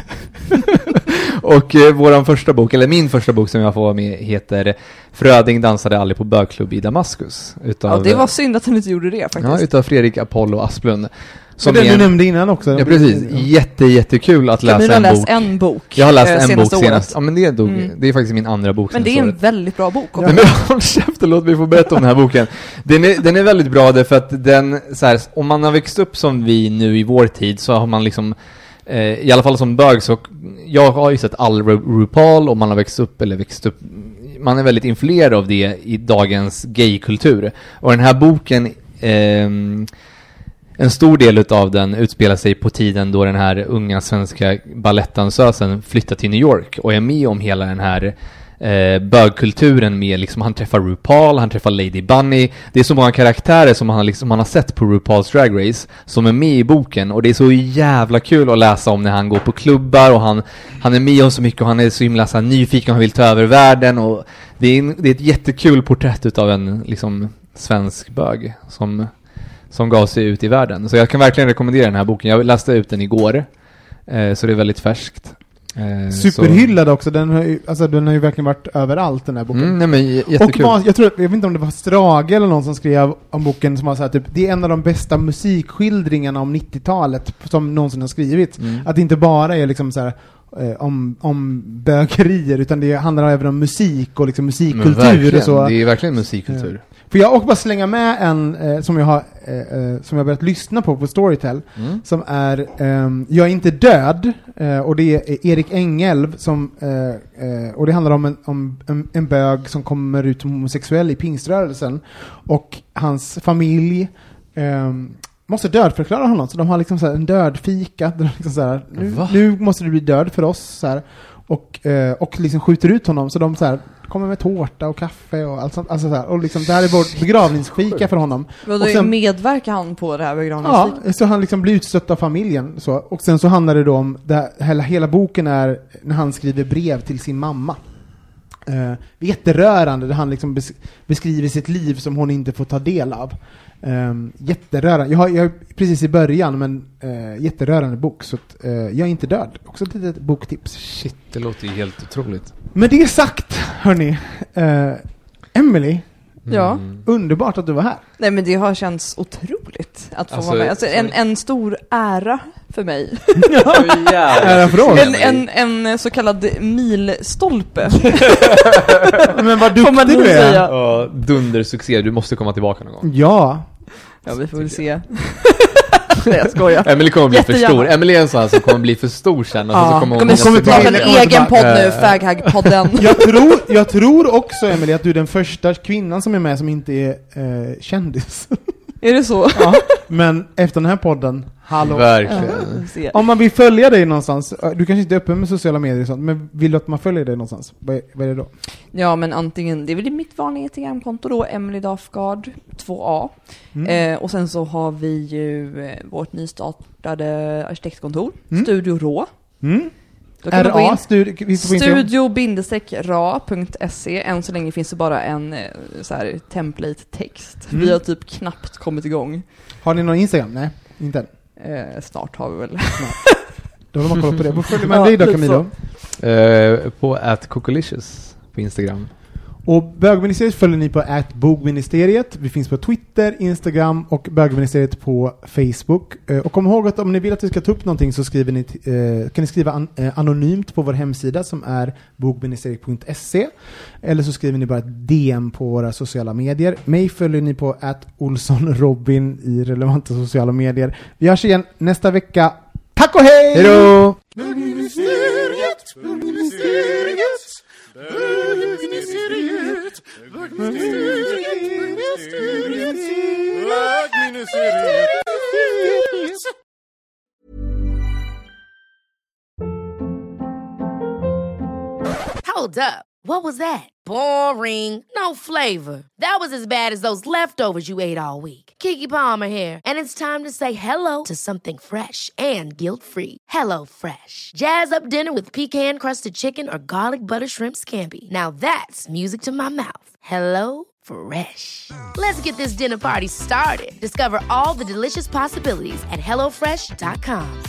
Speaker 6: Och våran första bok, eller min första bok som jag får vara med, heter Fröding dansade aldrig på bögklubb i Damaskus.
Speaker 5: Ja, det var synd att han inte gjorde det faktiskt.
Speaker 6: Ja, utav Fredrik Apollo Asplund.
Speaker 4: Som den du nämnde innan också.
Speaker 6: Ja, precis. Jättekul att läsa en bok.
Speaker 5: En bok.
Speaker 6: Jag har läst en bok senast. Ja, men det är faktiskt min andra bok.
Speaker 5: Men det är en väldigt bra bok.
Speaker 6: Ja. Men håll käften, låt mig få berätta om den här boken. Den är väldigt bra därför att den, så här, om man har växt upp som vi nu i vår tid, så har man liksom i alla fall som bög, så jag har ju sett all RuPaul, och man har växt upp, man är väldigt influerad av det i dagens gaykultur. Och den här boken, en stor del av den utspelar sig på tiden då den här unga svenska ballettdansösen flyttar till New York och är med om hela den här bögkulturen med liksom, han träffar RuPaul, han träffar Lady Bunny. Det är så många karaktärer som han har sett på RuPaul's Drag Race som är med i boken, och det är så jävla kul att läsa om när han går på klubbar och han är med om så mycket, och han är så himla så här nyfiken och han vill ta över världen, och det är ett jättekul porträtt utav en liksom svensk bög som gav sig ut i världen. Så jag kan verkligen rekommendera den här boken. Jag läste ut den igår, så det är väldigt färskt.
Speaker 4: Superhyllad också. Den har ju verkligen varit överallt, den här boken.
Speaker 6: Nej, men jättekul.
Speaker 4: Och jag vet inte om det var Strage eller någon som skrev om boken som var så här, typ, det är en av de bästa musikskildringarna om 90-talet som någonsin har skrivits. Att det inte bara är liksom så här om bögerier, utan det handlar även om musik och liksom musikkultur och så.
Speaker 6: Det är verkligen musikkultur.
Speaker 4: För jag också bara slänga med en som jag har börjat lyssna på Storytel, som är Jag är inte död, och det är Erik Engelv som och det handlar om en bög som kommer ut som homosexuell i pingströrelsen, och hans familj måste dödförklara honom, så de har liksom så här en dödfika, liksom så här, nu måste du bli död för oss så här, och liksom skjuter ut honom, så de så här kommer med tårta och kaffe och allt sånt, alltså så här, och liksom det här är vår begravningsfika för honom.
Speaker 5: Och sen medverkar han på det här begravningsfikat?
Speaker 4: Ja, så han liksom blir utstött av familjen så, och sen så handlar det då om det här, hela boken är när han skriver brev till sin mamma. Jätterörande, där han liksom beskriver sitt liv som hon inte får ta del av. Jätterörande. Jag är precis i början, men jätterörande bok, så att, jag är inte död. Också ett litet boktips.
Speaker 6: Shit, det låter ju helt otroligt.
Speaker 4: Med det sagt, hörni, Emily,
Speaker 5: ja.
Speaker 4: Underbart att du var här.
Speaker 5: Nej, men det har känts otroligt att få vara med. Alltså, en stor ära för mig.
Speaker 4: Ära för oss.
Speaker 5: En så kallad milstolpe.
Speaker 4: Men vad duktig du är.
Speaker 6: Ja, dundersuccé. Du måste komma tillbaka någon gång.
Speaker 4: Ja.
Speaker 5: Ja, vi får väl se. Nej, jag skojar.
Speaker 6: Emily kommer bli för stor. Emily är en sån som kommer bli för stor sen. Och så kommer
Speaker 5: hon ta en egen podd nu, Faghag-podden.
Speaker 4: Jag tror också, Emily, att du är den första kvinnan som är med som inte är kändis.
Speaker 5: Är det så?
Speaker 4: Ja, men efter den här podden, hallå.
Speaker 6: Verkligen.
Speaker 4: Om man vill följa dig någonstans, du kanske inte är öppen med sociala medier och sånt, men vill du att man följer dig någonstans? Vad är det då?
Speaker 5: Ja, men antingen, det är väl mitt vanliga Instagram-konto då, Emily Dafgard 2A. Och sen så har vi ju vårt nystartade arkitektkontor, Studio Rå.
Speaker 4: RA,
Speaker 5: studio-ra.se. Än så länge finns det bara en så här template-text. Vi har typ knappt kommit igång.
Speaker 4: Har ni någon Instagram? Nej, inte
Speaker 5: snart har vi väl.
Speaker 4: Då har man kollat på det. Vad följer man dig då, Camilo?
Speaker 6: På @Cocolicious på Instagram.
Speaker 4: Och Bögministeriet följer ni på @Bogministeriet. Vi finns på Twitter, Instagram och Bögministeriet på Facebook. Och kom ihåg att om ni vill att vi ska ta upp någonting så skriver ni kan ni skriva anonymt på vår hemsida som är bogministeriet.se, eller så skriver ni bara ett DM på våra sociala medier. Mig följer ni på @OlssonRobin i relevanta sociala medier. Vi hörs igen nästa vecka. Tack och hej!
Speaker 6: Hej då!
Speaker 10: Bögministeriet, Bögministeriet, Bögministeriet, Bögministeriet.
Speaker 1: Hold up. What was that? Boring. No flavor. That was as bad as those leftovers you ate all week. Keke Palmer here, and it's time to say hello to something fresh and guilt-free. Hello Fresh. Jazz up dinner with pecan-crusted chicken or garlic butter shrimp scampi. Now that's music to my mouth. Hello Fresh. Let's get this dinner party started. Discover all the delicious possibilities at hellofresh.com.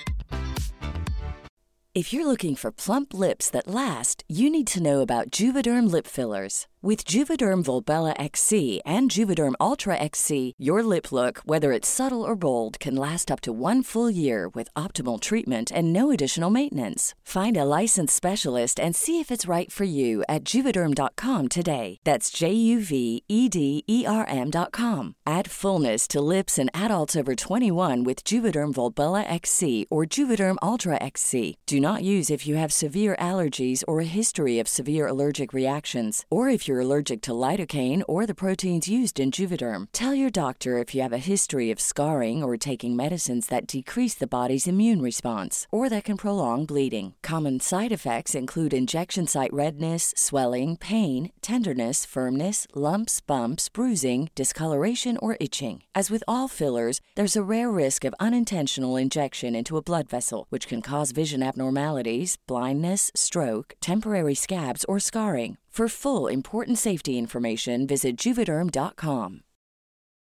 Speaker 11: If you're looking for plump lips that last, you need to know about Juvederm lip fillers. With Juvederm Volbella XC and Juvederm Ultra XC, your lip look, whether it's subtle or bold, can last up to 1 full year with optimal treatment and no additional maintenance. Find a licensed specialist and see if it's right for you at Juvederm.com today. That's JUVEDERM.com. Add fullness to lips in adults over 21 with Juvederm Volbella XC or Juvederm Ultra XC. Do not use if you have severe allergies or a history of severe allergic reactions, or if you're allergic to lidocaine or the proteins used in Juvederm. Tell your doctor if you have a history of scarring or taking medicines that decrease the body's immune response or that can prolong bleeding. Common side effects include injection site redness, swelling, pain, tenderness, firmness, lumps, bumps, bruising, discoloration, or itching. As with all fillers, there's a rare risk of unintentional injection into a blood vessel, which can cause vision abnormalities, blindness, stroke, temporary scabs, or scarring. For full, important safety information, visit Juvederm.com.